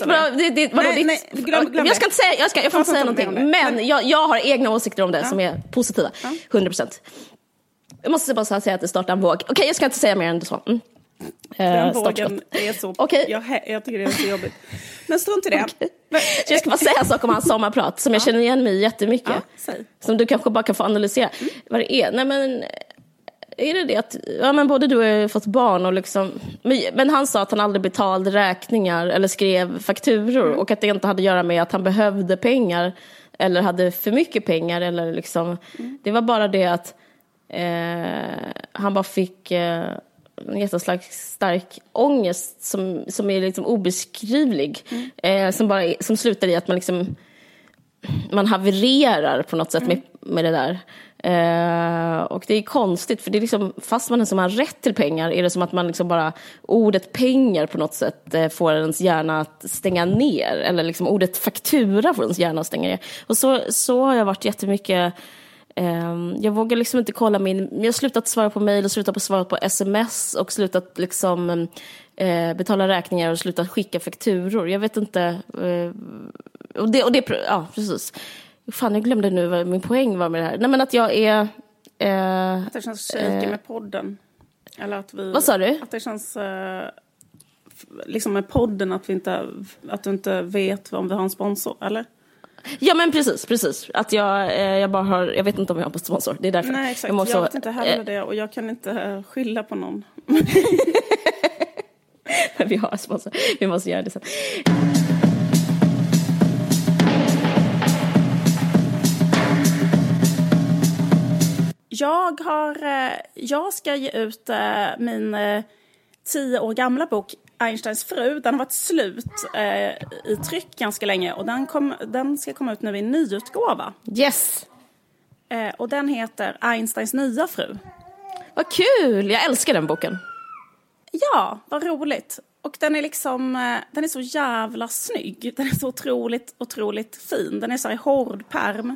ska inte säga, jag får inte säga någonting. Men jag har egna åsikter om det som är positiva. 100%. Jag måste bara säga att det startar en våg. Okej, jag ska inte säga mer än så. Den vågen är så... Okay. Jag tycker det är så jobbigt. Men strunt i det. Okay. Så jag ska bara säga en sak om hans sommarprat som jag känner igen mig jättemycket. Ja, säg. Som du kanske bara kan få analysera. Vad det är. Nej, men... Är det att men både du har fått barn och liksom... Men han sa att han aldrig betalade räkningar eller skrev fakturor. Och att det inte hade att göra med att han behövde pengar eller hade för mycket pengar. Eller liksom... Det var bara det att... han bara fick en jättestark stark ångest som är liksom obeskrivlig, som slutar i att man liksom man havererar på något sätt med det där. Och det är konstigt för det är liksom, fast man har rätt till pengar är det som att man liksom bara ordet pengar på något sätt får ens hjärna att stänga ner, eller liksom ordet faktura får ens hjärna att stänga ner. Och så har jag varit jättemycket. Jag vågar liksom inte kolla jag har slutat svara på mejl och slutat svara på sms och slutat liksom betala räkningar och slutat skicka fakturor. Jag vet inte ja, precis. Fan, jag glömde nu vad min poäng var med det här. Nej, men att jag är att det känns shaky med podden. Eller att vi... Vad sa du? Att det känns liksom med podden att du inte vet om vi har en sponsor, eller? Ja, men precis. Att jag bara har... Jag vet inte om jag har en sponsor. Det är därför. Nej, exakt. Jag vet inte heller det. Och jag kan inte skylla på någon. Men vi har en sponsor. Vi måste göra det sen. Jag ska ge ut min 10 år gamla bok Einsteins fru. Den har varit slut i tryck ganska länge och den ska komma ut nu i nyutgåva. Yes. Och den heter Einsteins nya fru. Vad kul, jag älskar den boken. Ja, vad roligt. Och den är liksom, den är så jävla snygg. Den är så otroligt fin. Den är så här i hård pärm.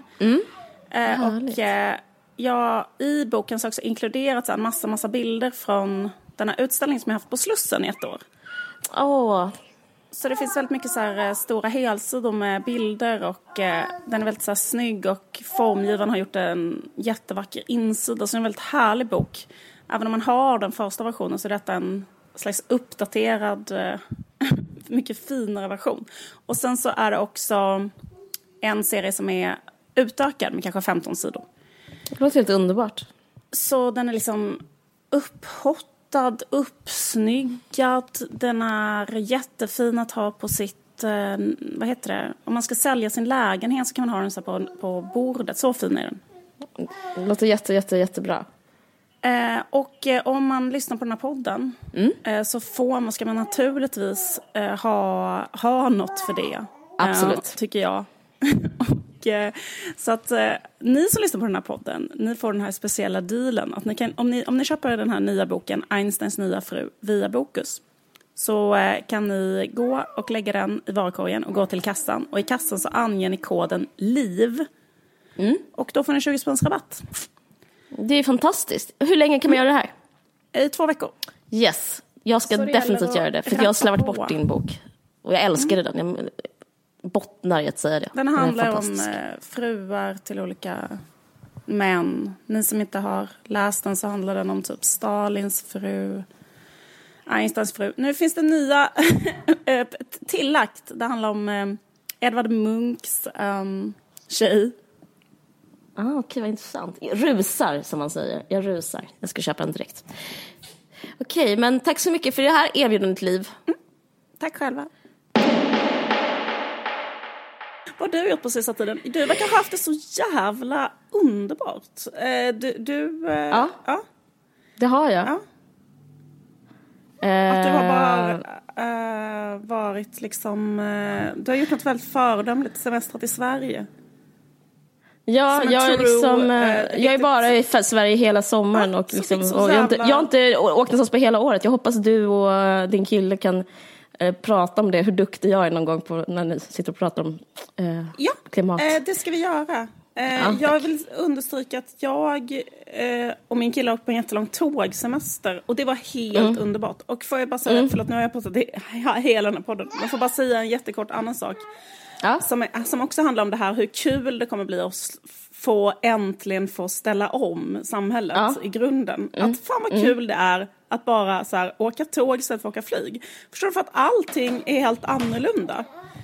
I boken så har också inkluderat en massa bilder från den här utställningen som jag haft på Slussen i ett år. Så det finns väldigt mycket så här stora helsidor med bilder och den är väldigt så här snygg och formgivaren har gjort en jättevacker insida. Så det är en väldigt härlig bok. Även om man har den första versionen så är detta en slags uppdaterad, mycket finare version. Och sen så är det också en serie som är utökad med kanske 15 sidor. Det låter helt underbart. Så den är liksom upphottad, uppsnyggad. Den är jättefin att ha på sitt, vad heter det? Om man ska sälja sin lägenhet så kan man ha den så på bordet. Så fin är den. Det låter jättebra. Och om man lyssnar på den här podden så ska man naturligtvis ha något för det. Absolut. Tycker jag. Så att ni som lyssnar på den här podden, ni får den här speciella dealen att ni kan, om ni köper den här nya boken Einsteins nya fru via Bokus, så kan ni gå och lägga den i varukorgen och gå till kassan, och i kassan så anger ni koden LIV och då får ni 20% rabatt. Det är fantastiskt. Hur länge kan man göra det här? I 2 veckor. Yes, jag ska definitivt göra det, för jag har slarvat bort din bok och jag älskade den. bottnar i att säga det. Den handlar om fruar till olika män. Ni som inte har läst den, så handlar den om typ Stalins fru, Einsteins fru. Nu finns det nya tillagt. Det handlar om Edvard Munchs tjej. Okej, vad intressant. Rusar, som man säger. Jag rusar. Jag ska köpa den direkt. Okej, men tack så mycket för det här erbjudandet, Liv. Tack själva. Vad har du gjort på sista tiden? Du verkar ha haft det så jävla underbart. Ja, det har jag. Ja. Att du har bara varit liksom... du har gjort något väldigt föredömligt, semestrat i Sverige. Ja, jag är bara i Sverige hela sommaren. Och liksom, och jag har inte åkt någonstans på hela året. Jag hoppas du och din kille kan prata om det, hur duktig jag är någon gång när ni sitter och pratar om klimat. Ja, det ska vi göra. Jag vill understryka att jag och min kille åkte på en jättelång tågsemester. Och det var helt underbart. Och får jag bara säga, förlåt, nu har jag pratat hela den här podden. Man får bara säga en jättekort annan sak. Ja. Som också handlar om det här, hur kul det kommer bli att äntligen få ställa om samhället i grunden. Att fan vad kul det är att bara så här, åka tåg istället för att åka flyg. Förstår du? För att allting är helt annorlunda.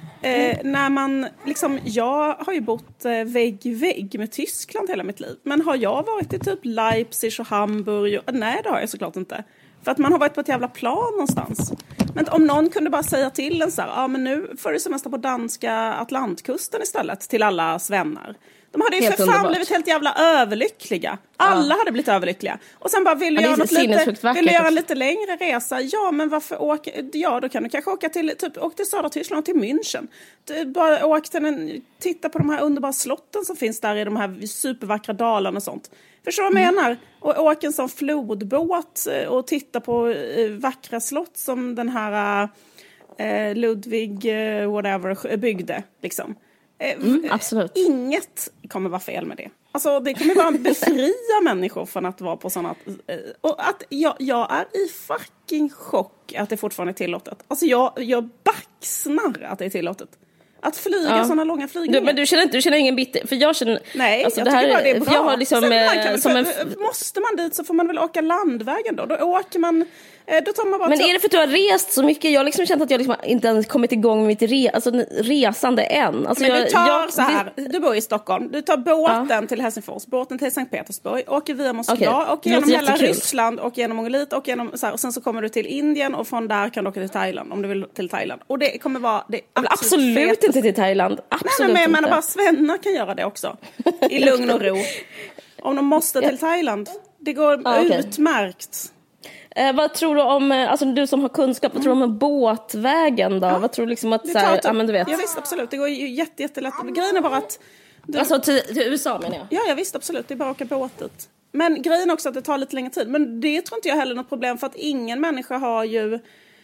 När man liksom, jag har ju bott vägg i vägg med Tyskland hela mitt liv. Men har jag varit i typ Leipzig och Hamburg? Nej, det har jag såklart inte. För att man har varit på ett jävla plan någonstans. Men om någon kunde bara säga till en så här, men nu får du semester på danska Atlantkusten istället till alla svennar. De hade ju för fan blivit helt jävla överlyckliga. Alla hade blivit överlyckliga. Och sen bara, vill du göra en lite längre resa? Ja, men varför åka? Ja, då kan du kanske åka till södra Tyskland, till München. Du bara åk till titta på de här underbara slotten som finns där i de här supervackra dalarna och sånt. Förstår du vad jag menar? Och åka en sån flodbåt och titta på vackra slott som den här Ludwig whatever byggde liksom. Absolut. Inget kommer vara fel med det. Alltså det kommer bara befria människor från att vara på sådana... Och att jag är i fucking chock att det fortfarande är tillåtet. Alltså jag baxnar att det är tillåtet. Att flyga sådana långa flygningar. Men du känner ingen bitter... För jag känner... Nej, alltså, jag tycker bara det är bra. Jag har liksom, måste man dit så får man väl åka landvägen då. Då åker man... Då tar man bara men är det för att du har rest så mycket? Jag har liksom känt att jag liksom inte ens kommit igång med mitt resande än. Alltså men du bor i Stockholm. Du tar båten till Helsingfors, båten till Sankt Petersburg, åker via Moskva, åker genom hela Ryssland, och genom Mongolit, och genom så här, och sen så kommer du till Indien, och från där kan du åka till Thailand om du vill till Thailand. Och det kommer vara det absolut inte till Thailand. Absolut nej, men bara svennar kan göra det också. I lugn och ro. Om de måste till Thailand. Det går utmärkt. Vad tror du om, alltså du som har kunskap, vad tror du om båtvägen då? Vad tror du liksom att så här, men du vet. Ja visst, absolut, det går ju jättelätt. Grejen är bara att alltså till USA menar jag. Ja visst, absolut, det är bara att åka båtet. Men grejen är också att det tar lite längre tid. Men det tror inte jag heller något problem, för att ingen människa har ju...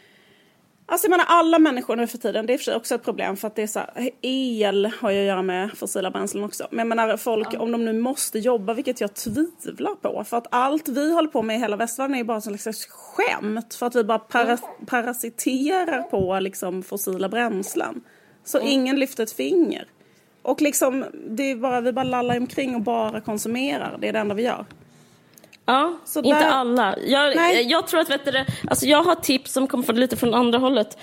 Alltså jag menar, alla människor nu för tiden, det är för sig också ett problem, för att det är så här, el har ju att göra med fossila bränslen också. Men jag menar, folk, om de nu måste jobba, vilket jag tvivlar på, för att allt vi håller på med i hela västvärlden är ju bara en slags skämt, för att vi bara parasiterar på liksom fossila bränslen. Så ingen lyfter ett finger. Och liksom, det är bara, vi bara lallar omkring och bara konsumerar, det är det enda vi gör. Ja, så inte alla. Jag tror att alltså jag har tips som kommer lite från andra hållet.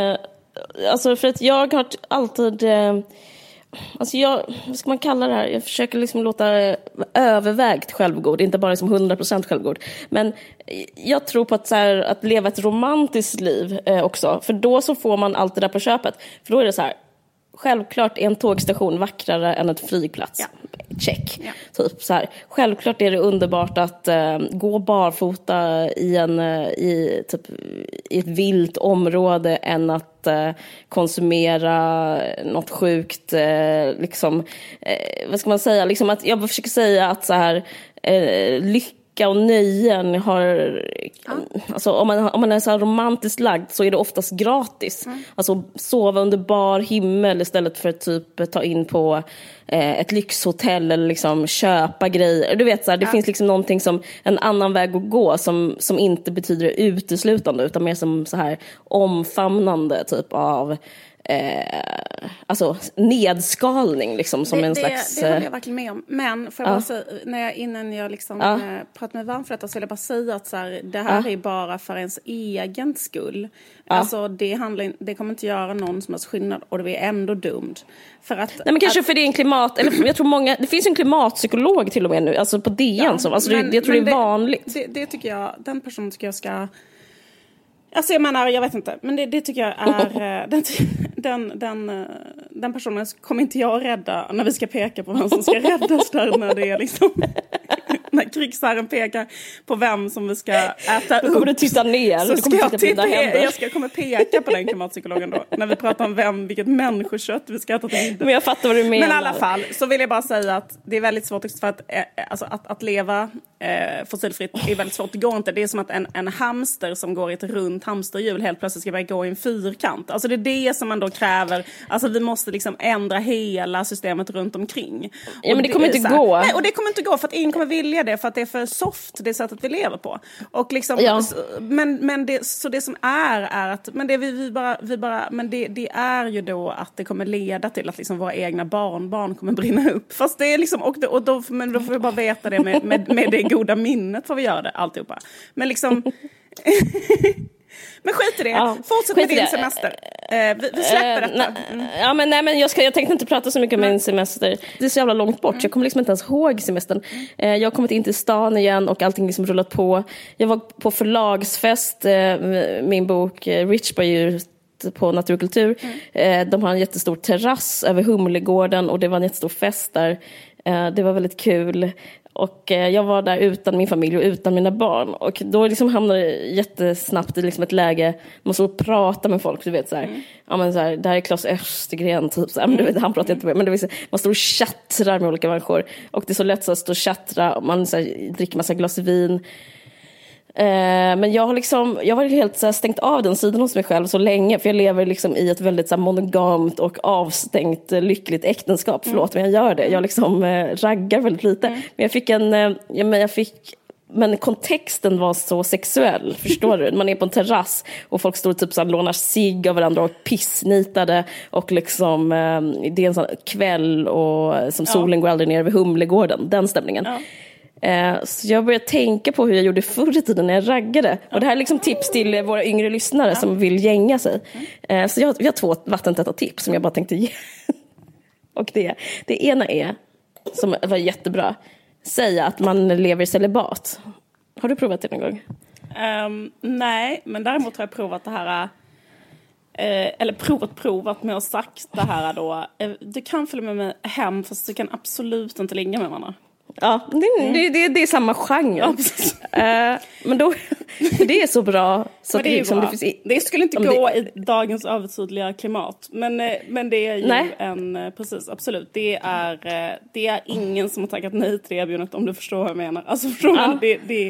Alltså för att jag har alltid alltså vad ska man kalla det här? Jag försöker liksom låta övervägt självgod, inte bara som 100% självgod. Men jag tror på att leva ett romantiskt liv också, för då så får man allt det där på köpet. För då är det så här: självklart är en tågstation vackrare än ett flygplats. Ja. Check. Ja. Typ så här. Självklart är det underbart att gå barfota i ett vilt område än att konsumera något sjukt liksom, vad ska man säga, liksom att jag försöker säga att så här lycka och nöjen har, alltså om man är så här romantiskt lagd så är det oftast gratis. Alltså sova under bar himmel istället för att typ ta in på ett lyxhotell eller liksom köpa grejer. Du vet så här, det finns liksom någonting som en annan väg att gå som inte betyder uteslutande, utan mer som så här omfamnande typ av alltså nedskalning liksom, som en slags... Det håller jag verkligen med om. Men för bara säga, innan jag liksom pratar mig varm för detta, så vill jag bara säga att så här, det här är bara för ens egen skull. Alltså det kommer inte göra någon som har skillnad, och det är ändå dumt. För att, nej, men kanske för det är en klimat, eller jag tror det finns en klimatpsykolog till och med nu, alltså på DN som, alltså jag tror det är vanligt. Det tycker jag, den personen tycker jag ska... Alltså jag menar, jag vet inte, men det tycker jag är den personen kommer inte jag rädda när vi ska peka på vem som ska räddas där, när det är liksom när krigsherren pekar på vem som vi ska äta upp. Då kommer du titta ner, så du kommer titta på dina händer. Jag kommer peka på den klimatpsykologen då, när vi pratar om vilket människokött vi ska äta till middag. Men jag fattar vad du menar. Men i alla fall så vill jag bara säga att det är väldigt svårt, för att leva fossilfritt är väldigt svårt. Det går inte. Det är som att en hamster som går i ett runt hamsterhjul helt plötsligt ska börja gå i en fyrkant. Alltså det är det som man då kräver. Alltså vi måste liksom ändra hela systemet runt omkring. Ja, men det kommer inte gå. Nej, och det kommer inte gå för att ingen kommer vilja det, för att det är för soft, det sättet vi lever på. Och liksom, men det som är att, men det vi bara men det är ju då att det kommer leda till att liksom våra egna barnbarn kommer brinna upp. Fast det är liksom, men då får vi bara veta det med det goda minnet, får vi göra det alltihopa. Men liksom men skit i det. Fortsätt med din semester. Vi släpper detta. Ja, men nej, men jag tänkte inte prata så mycket om min semester. Det är så jävla långt bort. Jag kommer liksom inte ens ihåg semestern. Jag har kommit in till stan igen och allting liksom rullat på. Jag var på förlagsfest. Min bok Rich var ju på Naturkultur. De har en jättestor terrass över Humlegården, och det var en jättestor fest där. Det var väldigt kul. Och jag var där utan min familj och utan mina barn. Och då liksom hamnade det jättesnabbt i liksom ett läge, man så prata med folk, du vet så här. Ja, men så här, det här är Claes Östergren typ så här, men du vet, han pratar inte med, men det vill säga, man står och chattrar med olika människor, och det är så lätt så att stå och chattra, och man så här, dricker massa glas vin. Men jag var helt så här, stängt av den sidan hos mig själv så länge, för jag lever liksom i ett väldigt så här, monogamt och avstängt lyckligt äktenskap. Förlåt, men jag gör det. Jag liksom raggar väldigt lite. Men men kontexten var så sexuell, förstår du? Man är på en terrass och folk står typ så här, lånar cigg av varandra och pissnitade, och liksom det är en sån kväll och som solen går aldrig ner över Humlegården, den stämningen. Så jag började tänka på hur jag gjorde förr i tiden när jag raggade. Och det här är liksom tips till våra yngre lyssnare som vill gänga sig. Så vi har 2 vattentäta tips som jag bara tänkte ge. Och det ena är, som var jättebra, säga att man lever i celibat. Har du provat det någon gång? Nej, men däremot har jag provat det här. Eller provat med att sagt det här då. Du kan följa med mig hem, fast du kan absolut inte ligga med varandra. Ja, det är samma genre. Men då, det är så bra. Så det, liksom, det skulle inte gå i dagens övertydliga klimat. Men det är ju precis, absolut. Det är ingen som har tackat nej till det erbjudandet, om du förstår vad jag menar. Alltså förstår man,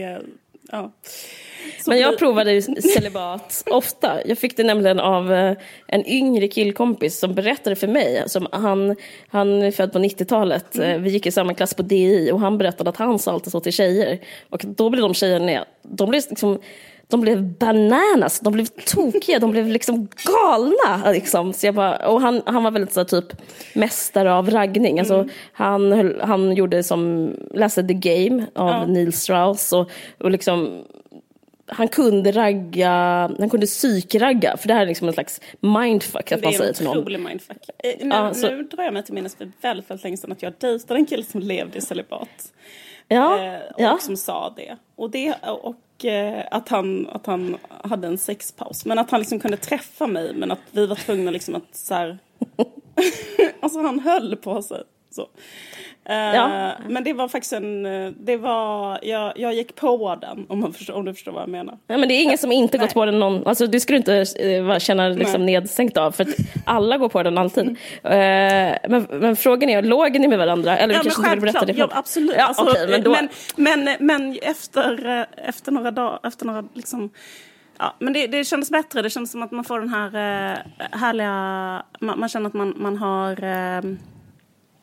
Men jag provade ju celibat ofta. Jag fick det nämligen av en yngre killkompis som berättade för mig. Som han är född på 90-talet. Vi gick i samma klass på DI, och han berättade att han sa alltid så till tjejer. Och då blev de tjejerna, de blev bananas, de blev tokiga, de blev liksom galna liksom. Så jag bara, och han var väldigt så typ mästare av raggning. Alltså han gjorde läste The Game av Neil Strauss, och liksom han kunde psykragga, för det här är liksom en slags mindfuck att man säger till någon. Det är en otrolig mindfuck. Nu drar jag mig till minnes för väldigt, väldigt länge sedan att jag dejtade en kille som levde i celibat. Och som sa det. Och att han hade en sexpaus. Men att han liksom kunde träffa mig, men att vi var tvungna liksom att så här alltså han höll på sig så. Men det var faktiskt jag gick på den, om du förstår vad jag menar. Ja, men det är ingen som inte gått på den någon, alltså det skulle inte känna liksom nedsänkt av, för att alla går på den alltid. Men frågan är, låg ni med varandra, eller kanske inte vill berätta det? Ja, absolut. Ja, alltså, okay, men, då... men efter några dagar, efter några liksom. Ja, men det kändes bättre. Det kändes som att man får den här härliga, man känner att man har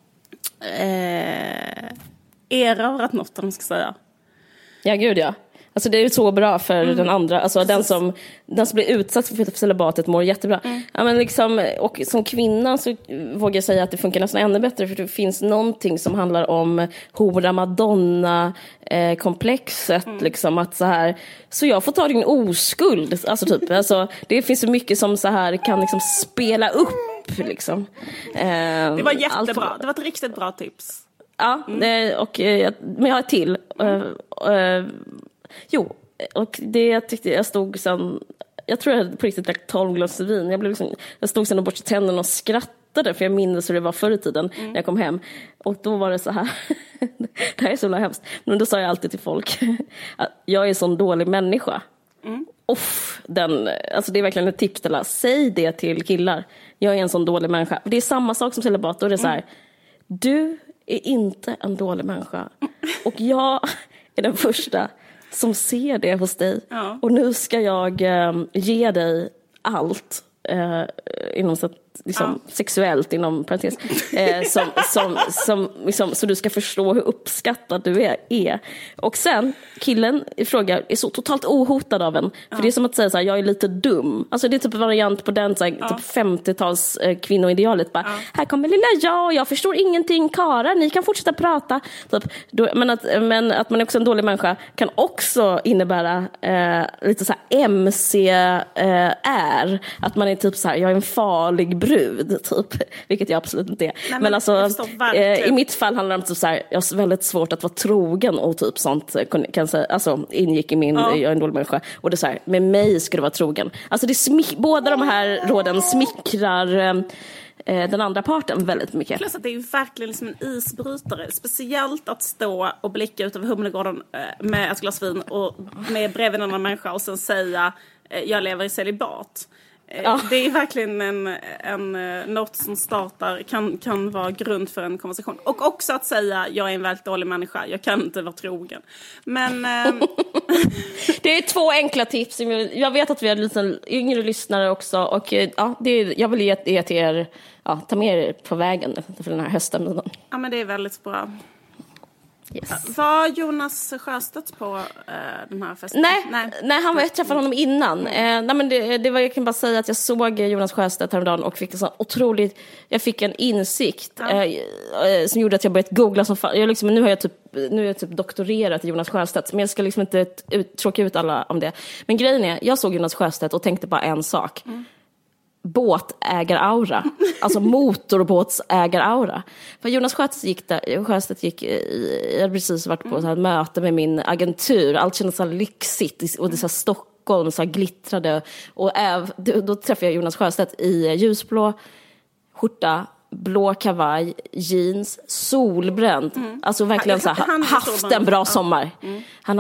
erövrat något, om man ska säga. Ja, gud ja. Alltså det är så bra för den andra, alltså den som blir utsatt för celibatet mår jättebra. Ja, men liksom, och som kvinna så vågar jag säga att det funkar nästan ännu bättre, för det finns någonting som handlar om hora madonna komplexet, liksom att så här, så jag får ta din oskuld, alltså typ, alltså det finns så mycket som så här kan liksom spela upp liksom. Det var jättebra, det var ett riktigt bra tips. Ja, men jag har ett till. Och det jag tyckte, jag stod sen, jag tror jag på riktigt drack 12 glas vin. Jag stod sen och borstade tänderna och skrattade, för jag minns hur det var förr i tiden när jag kom hem. Och då var det så här, det här är så hemskt, men då sa jag alltid till folk att jag är en sån dålig människa. Alltså det är verkligen ett tips till alla. Säg det till killar. Jag är en sån dålig människa. Det är samma sak som celibat. Och det är så här, du är inte en dålig människa. Och jag är den första som ser det hos dig. Ja. Och nu ska jag ge dig allt inom liksom, sexuellt inom parentes som så du ska förstå hur uppskattad du är. Och sen killen i fråga är så totalt ohotad av en, för det är som att säga så här, jag är lite dum. Alltså det är typ en variant på den så här, typ 50-tals kvinnoidealet bara, här kommer lilla jag förstår ingenting, karar, ni kan fortsätta prata typ. Men att man är också en dålig människa kan också innebära lite så här MC att man är typ så här, jag är en farlig brud typ, vilket jag absolut inte är. Nej, men alltså i mitt fall handlar det om typ så här, jag har väldigt svårt att vara trogen och typ sånt kan säga, alltså ingick i min jag är en dålig människa, och det är så här, med mig ska du vara trogen. Alltså båda de här råden smickrar den andra parten väldigt mycket. Plus att det är ju verkligen liksom en isbrytare. Speciellt att stå och blicka ut över Humlegården med ett glas vin och med bredvid en annan människa och sen säga jag lever i celibat. Det är verkligen något som startar, kan vara grund för en konversation. Och också att säga, jag är en väldigt dålig människa, jag kan inte vara trogen. Men det är 2 enkla tips. Jag vet att vi har lite yngre lyssnare också. Och jag vill ge det till er, ta med er på vägen för den här hösten. Ja, men det är väldigt bra. Yes. Var Jonas Sjöstedt på den här festen? Nej, jag träffade honom innan. Men det var, jag kan bara säga att jag såg Jonas Sjöstedt häromdagen och fick en sån otroligt, jag fick en insikt som gjorde att jag började googla som fan. Nu har jag typ doktorerat i Jonas Sjöstedt, men jag ska liksom inte tråka ut alla om det. Men grejen är, jag såg Jonas Sjöstedt och tänkte bara en sak. Båtägaraura, alltså motorbåtsägaraura. För Jonas Sjöstedt gick jag hade precis varit på så här möte med min agentur. Allt kändes så här lyxigt och det så här Stockholm så här glittrade, och då träffade jag Jonas Sjöstedt i ljusblå skjorta, blå kavaj, jeans, solbränd. Alltså verkligen så här, haft en bra sommar. Han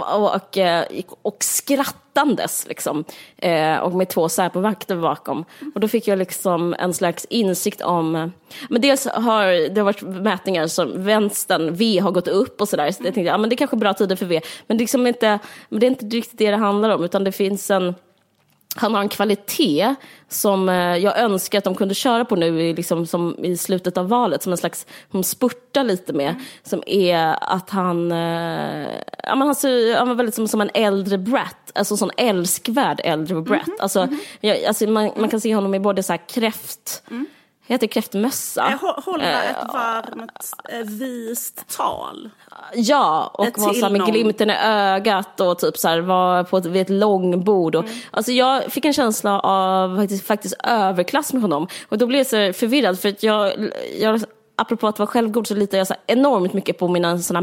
och skrattandes liksom. Och med 2 Säpo-vakter bakom. Och då fick jag liksom en slags insikt om, men dels har det varit mätningar som vänstern V har gått upp och sådär. Så jag tänkte, men det är kanske bra tider för V. Men det är inte riktigt det handlar om, utan det finns han har en kvalitet som jag önskar att de kunde köra på nu liksom, som i slutet av valet, som en slags, hon spurtar lite med, som är att han var väldigt som en äldre brat, alltså en sån älskvärd äldre brat. Alltså man kan se honom i både så här heter kräftmössa. Hålla ett varmt, vist tal. Ja, och var så med glimten i ögat och typ så här, var vid ett långbord. Och, alltså jag fick en känsla av faktiskt överklass med honom. Och då blev jag så förvirrad, för att jag apropå att vara självgod, så litar jag så enormt mycket på mina såna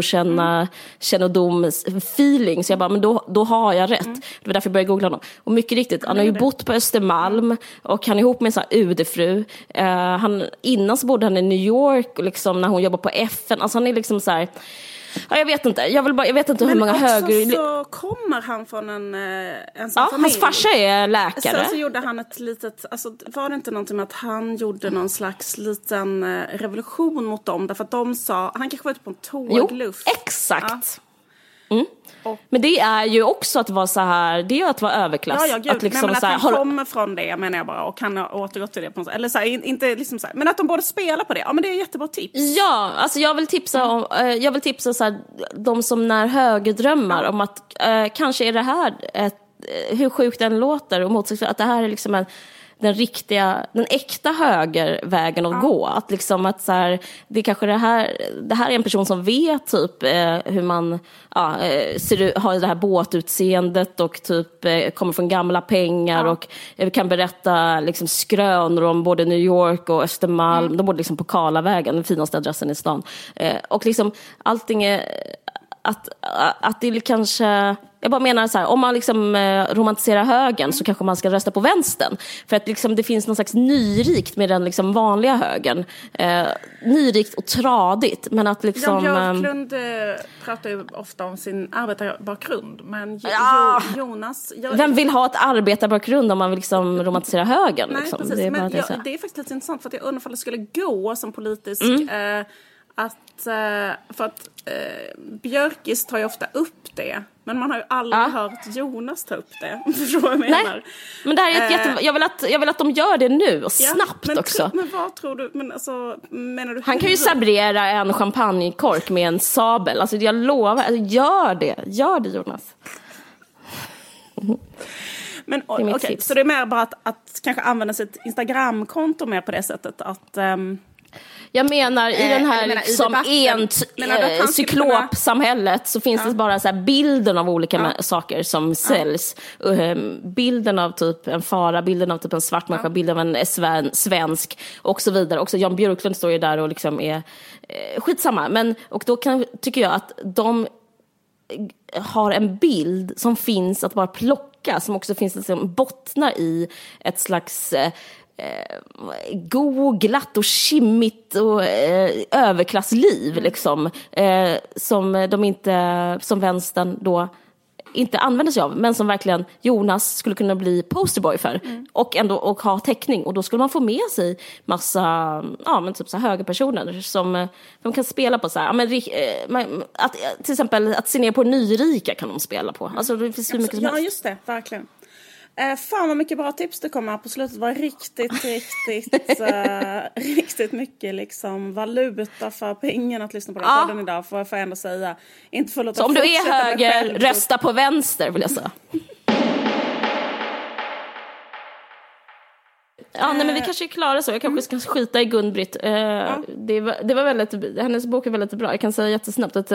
människokännedom-feeling. Så jag bara, men då har jag rätt. Det var därför jag började googla honom. Och mycket riktigt, han har ju bott på Östermalm och han är ihop med en sån här UD-fru. Innan så bodde han i New York och liksom, när hon jobbar på FN. Alltså han är liksom så här, jag vet inte. Jag vet inte hur många höger. Men också så kommer han från en sån familj. Hans farsa är läkare. Så gjorde han ett litet, alltså var det inte någonting med att han gjorde någon slags liten revolution mot dem, därför att de sa, han kanske var ute på en tågluft. Jo, exakt. Men det är ju också att vara så här, det är ju att vara överklass. Ja, gud. Att liksom men så här, han kommer från det, menar jag bara, och kan ha återgått till det på något sätt. Eller så här, inte liksom så här, men att de borde spela på det. Ja, men det är jättebra tips. Ja, alltså jag vill tipsa så här, de som när högerdrömmar om att kanske är det här hur sjukt den låter och motsatsen, att det här är liksom den äkta högervägen att gå. Att liksom att så här, det är kanske det här är en person som vet typ hur man har det här båtutseendet och typ kommer från gamla pengar och kan berätta liksom skrönor om både New York och Östermalm. De bor liksom på Karlavägen, den finaste adressen i stan. Och liksom allting är att det kanske, jag bara menar så här, om man liksom romantiserar högern så kanske man ska rösta på vänstern, för att liksom det finns någon slags nyrikt med den liksom vanliga högern, nyrikt och tradigt, men att liksom Jan Björklund pratar ju ofta om sin arbetarbakgrund, men Jonas vem vill ha ett arbetarbakgrund om man vill liksom romantisera högern? Nej, liksom? precis. Det är, men det är faktiskt lite intressant, för att jag undrar om det skulle gå som politisk för att Björkis tar ju ofta upp det, men man har ju aldrig hört Jonas ta upp det. Förstår vad jag menar? Nej, men det här är jag vill att de gör det nu och snabbt också. Men vad tror du? Men alltså, menar du? Han kan ju sabrera en champagnekork med en sabel. Alltså jag lovar, alltså, gör det Jonas. Men okej, så det är mer bara att kanske använda sitt Instagramkonto mer på det sättet att jag menar i den här liksom cyklopsamhället så finns det bara så här bilden av olika saker som säljs. Bilden av typ en fara, bilden av typ en svart människa, bilden av en svensk och så vidare. Också Jan Björklund står ju där och liksom är skitsamma. Men, och då tycker jag att de har en bild som finns att bara plocka, som också finns liksom bottnar i ett slags glatt och skimmigt och överklassliv liksom, som de inte, som vänstern då inte använder sig av, men som verkligen Jonas skulle kunna bli posterboy för och ha täckning, och då skulle man få med sig massa men typ så här högerpersoner som de kan spela på så här, till exempel att se ner på nyrika kan de spela på. Alltså det finns hur mycket som helst. Ja, just det, verkligen. Fan vad mycket bra tips det kommer här på slutet. Det var riktigt mycket liksom valuta för pengarna att lyssna på den podden idag, får jag ändå säga. Inte för att så om du är höger, rösta på vänster, vill jag säga. Ja, nej, men vi kanske är klara så. Jag kanske ska skita i Gun-Britt. Det var väldigt, hennes bok är väldigt bra. Jag kan säga jättesnabbt att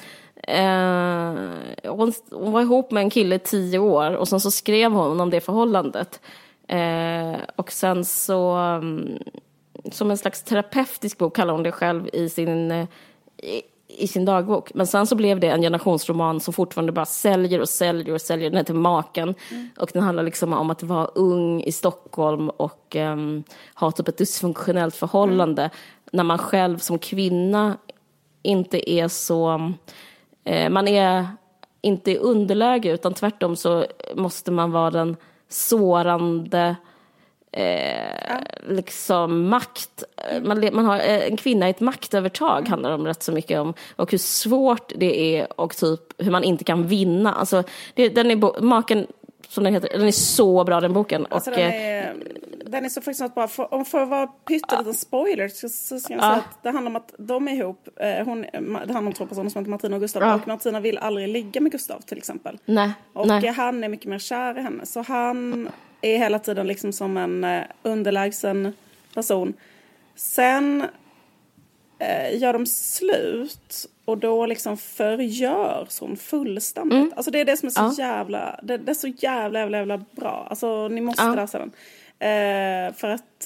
hon var ihop med en kille i 10 år och sen så skrev hon om det förhållandet. Och sen så som en slags terapeutisk bok kallar hon det själv i sin dagbok. Men sen så blev det en generationsroman som fortfarande bara säljer. Den heter Maken. Och den handlar liksom om att vara ung i Stockholm och ha typ ett dysfunktionellt förhållande. När man själv som kvinna inte är så... man är inte i underläge, utan tvärtom så måste man vara den sårande... liksom makt, man har en kvinna i ett maktövertag handlar om rätt så mycket om, och hur svårt det är och typ hur man inte kan vinna. Alltså Maken som den heter, den är så bra, den boken. Alltså, och den är så faktiskt bra, för att vara pytteliten spoiler så ska jag säga att det handlar om att de är ihop, det handlar om 2 personer som heter Martina och Gustav, och Martina vill aldrig ligga med Gustav till exempel. Han är mycket mer kär i henne, så han är hela tiden liksom som en underlägsen person. Sen gör de slut och då liksom förgörs hon fullständigt. Alltså det är det som är så jävla, det är så jävla bra. Alltså ni måste läsa den. För att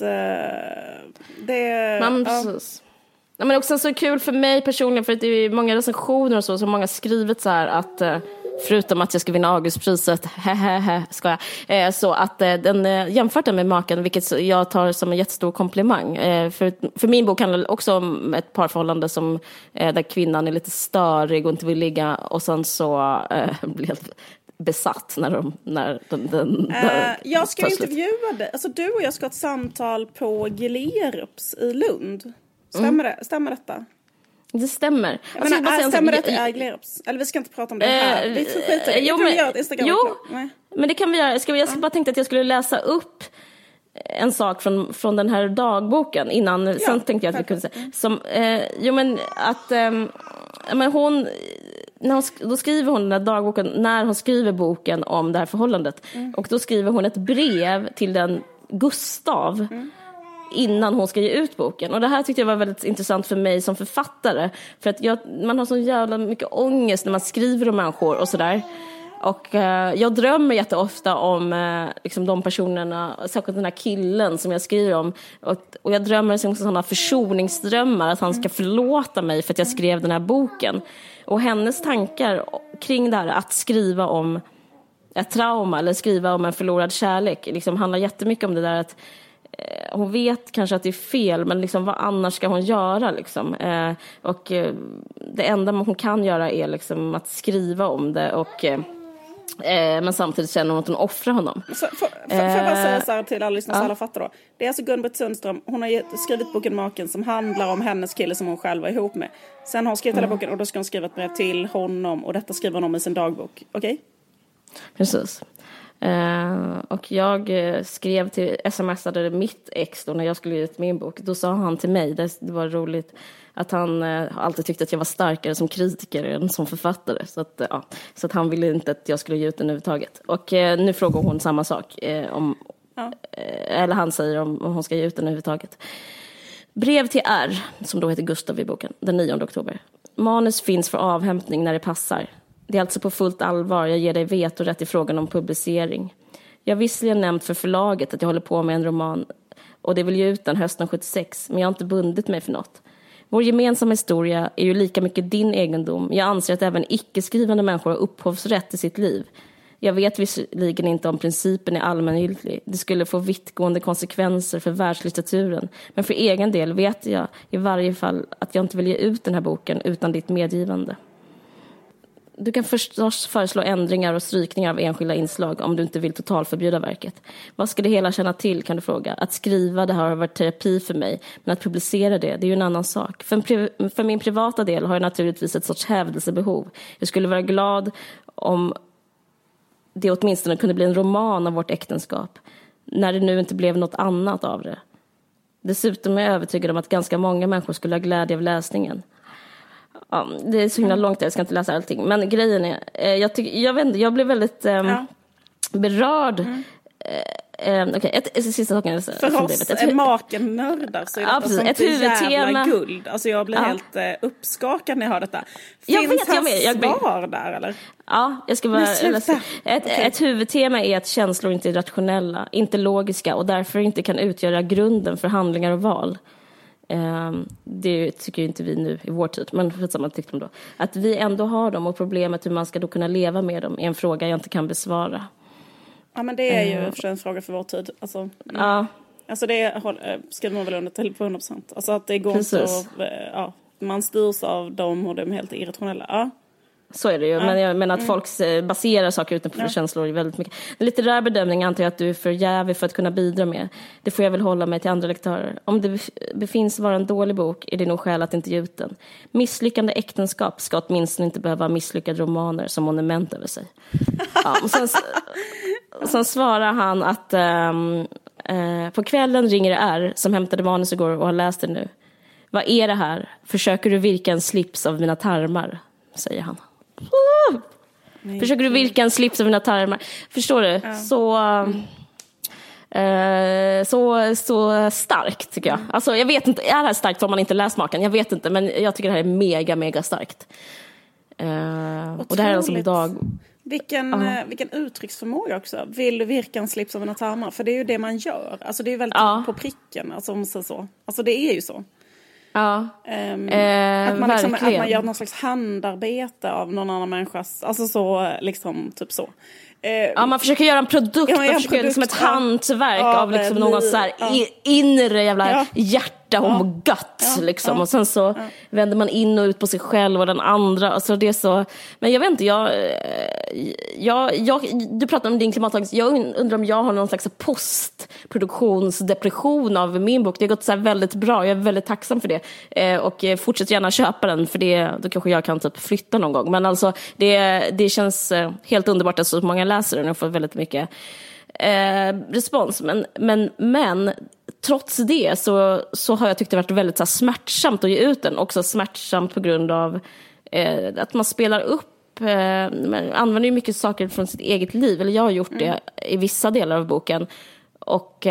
det precis. Ja, men också så kul för mig personligen, för att det är många recensioner och så många skrivit så här att förutom att jag ska vinna Augustpriset, ska jag, så att den jämfört den med Maken, vilket jag tar som en jättestor komplimang. För min bok handlar också om ett parförhållande som där kvinnan är lite störig och inte vill ligga, och sen så blir helt besatt när den jag ska intervjua dig. Alltså du och jag ska ha ett samtal på Gillerups i Lund. Stämmer detta? Det stämmer. Stämmer det att det är Glerups? Eller vi ska inte prata om det här. Vi skiter i det. Vi kan göra ett Instagram. Men det kan vi göra. Jag bara tänkte att jag skulle läsa upp en sak från den här dagboken innan. Sen tänkte jag att vi kunde säga. Då skriver hon den här dagboken när hon skriver boken om det här förhållandet. Och då skriver hon ett brev till den Gustav innan hon ska ge ut boken. Och det här tyckte jag var väldigt intressant för mig som författare. För att man har så jävla mycket ångest när man skriver om människor och sådär. Och jag drömmer jätteofta om liksom de personerna, särskilt den här killen som jag skriver om. Och jag drömmer som sådana försoningsdrömmar, att han ska förlåta mig för att jag skrev den här boken. Och hennes tankar kring det här att skriva om ett trauma eller skriva om en förlorad kärlek liksom handlar jättemycket om det där att hon vet kanske att det är fel, men liksom, vad annars ska hon göra liksom? Och det enda hon kan göra är liksom att skriva om det och men samtidigt känner hon att hon offrar honom. Får jag bara säga så här till alla lyssnare så alla fattar då. Det är alltså Gun-Britt Sundström, hon har skrivit boken Maken som handlar om hennes kille som hon själv var ihop med. Sen har hon skrivit hela boken och då ska hon skriva ett brev till honom och detta skriver hon om i sin dagbok. Okej? Precis. Och jag skrev till smsade mitt ex då när jag skulle ge ut min bok. Då sa han till mig, det var roligt, att han alltid tyckte att jag var starkare som kritiker än som författare. Så att han ville inte att jag skulle ge ut den överhuvudtaget. Och nu frågar hon samma sak eller han säger om hon ska ge ut den överhuvudtaget. Brev till R, som då heter Gustav i boken, den 9 oktober. Manus finns för avhämtning när det passar. Det är alltså på fullt allvar, jag ger dig vetorätt i frågan om publicering. Jag har visserligen nämnt för förlaget att jag håller på med en roman och det vill ge ut den hösten 76, men jag har inte bundit mig för något. Vår gemensamma historia är ju lika mycket din egendom. Jag anser att även icke-skrivande människor har upphovsrätt i sitt liv. Jag vet visserligen inte om principen är allmängiltig. Det skulle få vittgående konsekvenser för världslitteraturen. Men för egen del vet jag i varje fall att jag inte vill ge ut den här boken utan ditt medgivande. Du kan förstås föreslå ändringar och strykningar av enskilda inslag om du inte vill totalförbjuda verket. Vad ska det hela känna till, kan du fråga? Att skriva, det har varit terapi för mig. Men att publicera det är ju en annan sak. För min privata del har jag naturligtvis ett sorts hävdelsebehov. Jag skulle vara glad om det åtminstone kunde bli en roman av vårt äktenskap. När det nu inte blev något annat av det. Dessutom är jag övertygad om att ganska många människor skulle ha glädje av läsningen. Ja, det är så himla långt, jag ska inte läsa allting. Men grejen är, jag blev väldigt berörd. Ett sista saken. För oss Maken nördar så är det sånt jävla guld. Alltså jag blir helt uppskakad när jag hör detta. Finns svar där eller? Ja, jag ska bara ett huvudtema är att känslor inte är rationella, inte logiska och därför inte kan utgöra grunden för handlingar och val. Det tycker ju inte vi nu i vår tid, men för samma tyckte de då. Att vi ändå har dem och problemet hur man ska då kunna leva med dem är en fråga jag inte kan besvara. Ja, men det är ju en fråga för vår tid. Alltså, alltså det skriver man väl under till på 100%. Alltså att det går inte att, man styrs av dem och de är helt irrationella. Ja. Så är det ju, men att folk baserar saker utanför känslor är väldigt mycket. En litterär bedömning antar jag att du är för jävig för att kunna bidra med. Det får jag väl hålla mig till andra lektörer. Om det befinns vara en dålig bok är det nog skäl att inte ge ut den. Misslyckande äktenskap ska åtminstone inte behöva misslyckade romaner som monument över sig. Och sen svarar han att på kvällen ringer det R som hämtade manus igår och har läst det nu. Vad är det här? Försöker du virka en slips av mina tarmar? Säger han. Försöker du virka en slips av mina tarmar? Förstår du? Ja. Så starkt tycker jag. Alltså jag vet inte, är det här starkt om man inte läst Maken? Jag vet inte, men jag tycker det här är mega starkt. Och det här är alltså idag. Vilken uttrycksförmåga också. Vill du virka en slips av mina tarmar? För det är ju det man gör. Alltså det är ju väldigt på pricken. Alltså det är ju så. Ja, att man gör någon slags handarbete av någon annan människas, alltså så liksom typ så. Man försöker göra en produkt, man försöker göra liksom ett hantverk av liksom någon så här inre jävla hjärta hjärta och må gött liksom. Och sen så vänder man in och ut på sig själv och den andra. Alltså det är så, men jag vet inte, du pratar om din klimatångest. Jag undrar om jag har någon slags postproduktionsdepression av min bok. Det har gått så här väldigt bra. Jag är väldigt tacksam för det. Och fortsätt gärna köpa den, för det, då kanske jag kan typ flytta någon gång. Men alltså det känns helt underbart att så många läser den och får väldigt mycket respons. Men trots det så har jag tyckt det varit väldigt så här smärtsamt att ge ut den. Också smärtsamt på grund av att man spelar upp, man använder ju mycket saker från sitt eget liv, eller jag har gjort det i vissa delar av boken, och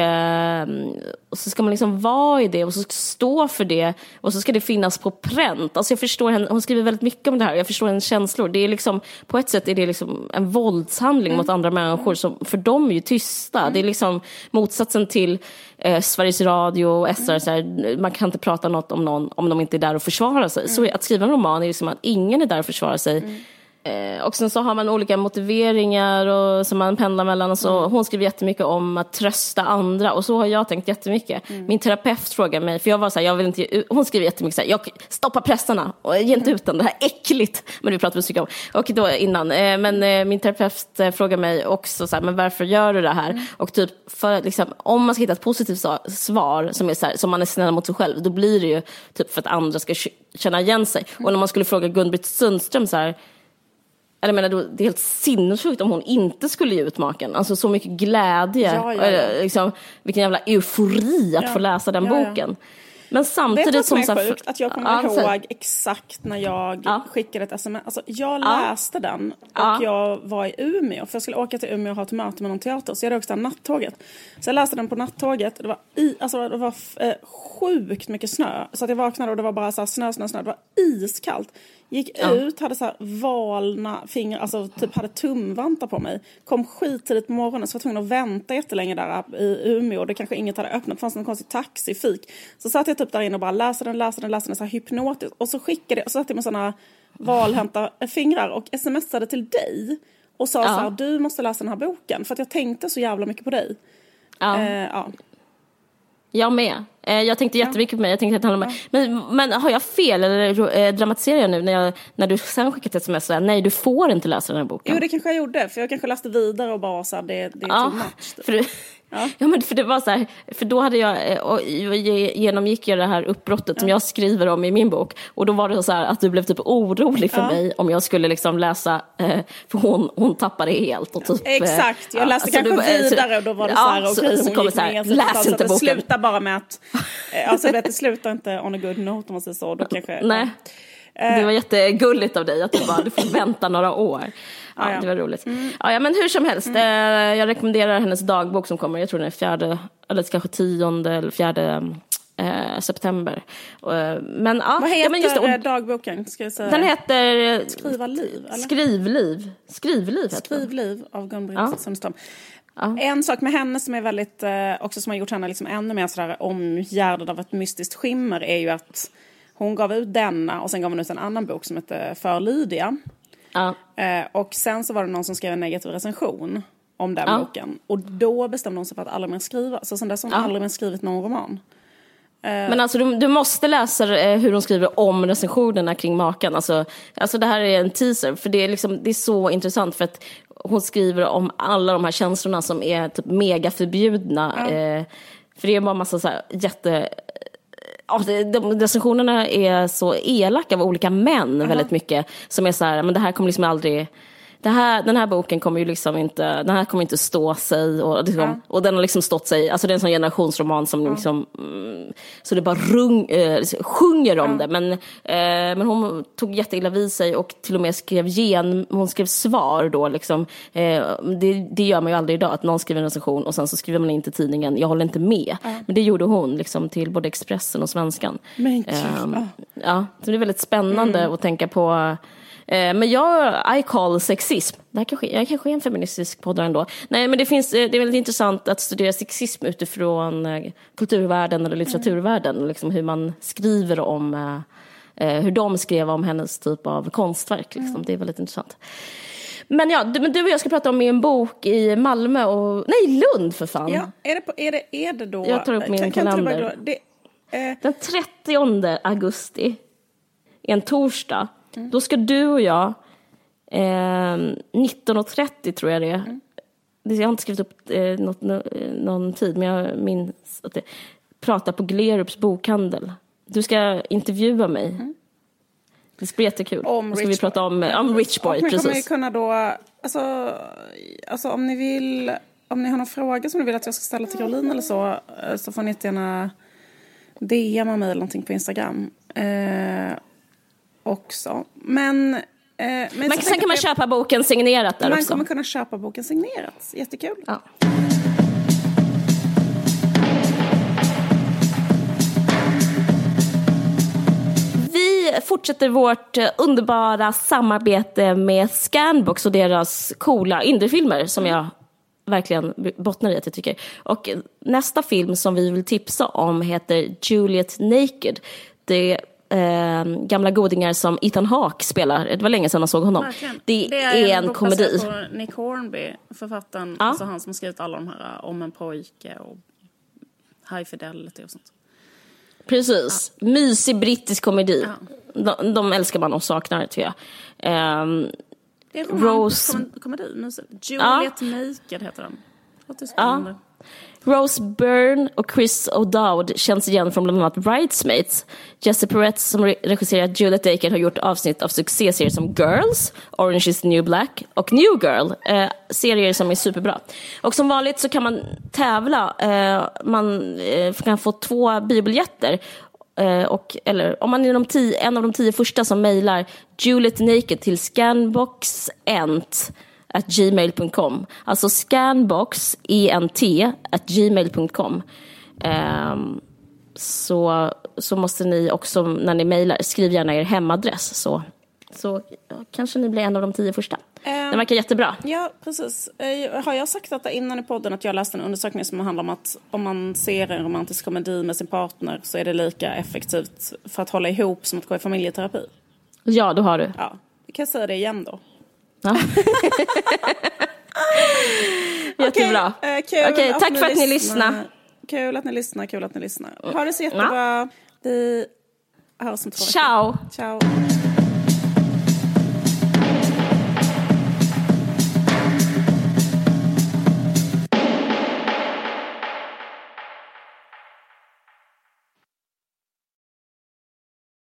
så ska man liksom vara i det och så stå för det, och så ska det finnas på pränt. Alltså jag förstår henne, hon skriver väldigt mycket om det här, jag förstår hennes känslor. Det är liksom, på ett sätt är det liksom en våldshandling mot andra människor som för dem är ju tysta. Det är liksom motsatsen till Sveriges Radio och SR, så här, man kan inte prata något om någon om de inte är där och försvara sig. Så att skriva en roman är ju som att ingen är där och försvara sig. Och sen så har man olika motiveringar och som man pendlar mellan. Och så, hon skriver jättemycket om att trösta andra, och så har jag tänkt jättemycket. Min terapeut frågar mig, för jag var så här, jag vill inte, hon skriver jättemycket så här, jag stoppar pressarna och ge inte ut den, det här är äckligt. Men vi pratade mycket om, och då innan, men min terapeut frågar mig också så här, men varför gör du det här? Och typ för liksom, om man ska hitta ett positivt svar som är så här, som man är snäll mot sig själv, då blir det ju typ för att andra ska känna igen sig. Och när man skulle fråga Gun-Britt Sundström så här, eller menar då, det är helt sinnessjukt om hon inte skulle ge ut maken. Alltså så mycket glädje. Ja. Liksom, vilken jävla eufori att få läsa den boken. Men samtidigt som är sjukt, att jag kommer ihåg exakt när jag skickade ett sms. Alltså jag läste den och jag var i Umeå. För jag skulle åka till Umeå och ha ett möte med någon teater. Så jag hade också nattåget. Så jag läste den på nattåget. Det var sjukt mycket snö. Så att jag vaknade och det var bara så här snö. Det var iskallt. Gick ut, hade så här valna fingrar, alltså typ hade tumvantar på mig. Kom skittidigt på morgonen, så var tvungen att vänta jättelänge där i Umeå. Det kanske inget hade öppnat, det fanns en konstig taxifik. Så satt jag typ där inne och bara läste den så här hypnotiskt. Och så skickade jag, och så satt jag med sådana valhänta fingrar och smsade till dig. Och sa så här, du måste läsa den här boken. För att jag tänkte så jävla mycket på dig. Jag med. Jag tänkte jättemycket på mig. Jag tänkte att det handlar om men har jag fel eller dramatiserar jag nu när du sen skickat ett sms så nej, du får inte läsa den här boken? Jo, det kanske jag gjorde, för jag kanske läste vidare och bara så här, det är too much. Ja, men för det var så här, för då hade jag genomgick jag det här uppbrottet som jag skriver om i min bok, och då var det så här att du blev typ orolig för mig om jag skulle liksom läsa, för hon tappade helt och typ, exakt, jag läste kanske vidare och då var det så här, okej, så kommer så här, läs inte boken. Sluta bara med att alltså det slutar inte on a good note om man säger så, då kanske nej. Det var jättegulligt av dig att du får vänta några år. Det var roligt. Ja, men hur som helst, jag rekommenderar hennes dagbok som kommer, jag tror den är 4 eller kanske 10 eller 4 september. Men vad heter dagboken? Ska jag säga? Den heter Skrivliv av Gun-Britt Sundström. En sak med henne som är väldigt också som har gjort henne liksom ännu mer sådär omgärdad av ett mystiskt skimmer är ju att hon gav ut denna och sen gav hon ut en annan bok som heter För Lydia. Och sen så var det någon som skrev en negativ recension om den boken. Och då bestämde hon sig för att aldrig mer skriva. Så sen dess har hon aldrig mer skrivit någon roman. Men alltså du måste läsa hur hon skriver om recensionerna kring maken. Alltså det här är en teaser, för det är så intressant, för att hon skriver om alla de här känslorna som är typ mega förbjudna. För det är bara massa så här de recensionerna är så elaka av olika män väldigt mycket, som är så här, men det här kommer liksom aldrig, den här boken kommer ju liksom inte, den här kommer inte stå sig, och den har liksom stått sig, alltså det är en sån generationsroman som liksom så det bara sjunger om det, men hon tog jätteilla vid sig och till och med hon skrev svar då liksom, det gör man ju aldrig idag, att någon skriver en recension och sen så skriver man in till tidningen, jag håller inte med, men det gjorde hon liksom till både Expressen och Svenskan. Så det är väldigt spännande att tänka på. Men I call sexism. Jag kanske är en feministisk poddare ändå. Nej, men det är väldigt intressant att studera sexism utifrån kulturvärlden eller litteraturvärlden. Liksom hur man skriver om, hur de skrev om hennes typ av konstverk. Liksom. Det är väldigt intressant. Men du och jag ska prata om en bok i Malmö Lund för fan. Ja, är det då? Jag tar upp min kalender. Den 30 augusti, en torsdag, då ska du och jag 19.30 tror jag det är. Jag har inte skrivit upp någon tid, men jag minns att det pratar på Glerups bokhandel. Du ska intervjua mig. Det blir jättekul. Då ska vi prata om Rich Boy, precis. Kommer kunna då, alltså om ni har någon fråga som ni vill att jag ska ställa till Caroline eller så får ni gärna DMa mig eller någonting på Instagram också. Men sen kan man köpa boken signerat där man också. Man kommer kunna köpa boken signerat. Jättekul. Ja. Vi fortsätter vårt underbara samarbete med Scanbox och deras coola indiefilmer som jag verkligen bottnar i att jag tycker. Och nästa film som vi vill tipsa om heter Juliet Naked. Det är gamla godingar som Ethan Hawke spelar. Det var länge sedan man såg honom. Verkligen. Det är en komedi. På Nick Hornby, författaren, alltså han som har skrivit alla de här Om en pojke och High Fidelity och sånt. Precis. Mysig brittisk komedi. De älskar man och saknar, tror jag. Det är Rose komedi. Juliet Naked heter den. Det är spännande. Rose Byrne och Chris O'Dowd känns igen från bland annat Bridesmaids. Jesse Perrett som regisserat Juliet Naked har gjort avsnitt av succéserier som Girls, Orange is the New Black och New Girl. Serier som är superbra. Och som vanligt så kan man tävla. Man kan få 2 biobiljetter. Eller om man är en av de 10 första som mejlar Juliet Naked till scanboxent@gmail.com. Alltså scanboxent@gmail.com. Så måste ni också, när ni mejlar, skriv gärna er hemadress, så kanske ni blir en av de 10 första. Det verkar jättebra. Ja, precis. Har jag sagt detta innan i podden att jag läste en undersökning som handlar om att om man ser en romantisk komedi med sin partner så är det lika effektivt för att hålla ihop som att gå i familjeterapi? Ja, då har du. Ja, vi kan säga det igen då. Ja. Jättebra. Okej, tack för att ni lyssnar. Kul att ni lyssnar. Ha det så jättebra. Vi hörs om 2 veckor. Ciao. Ciao.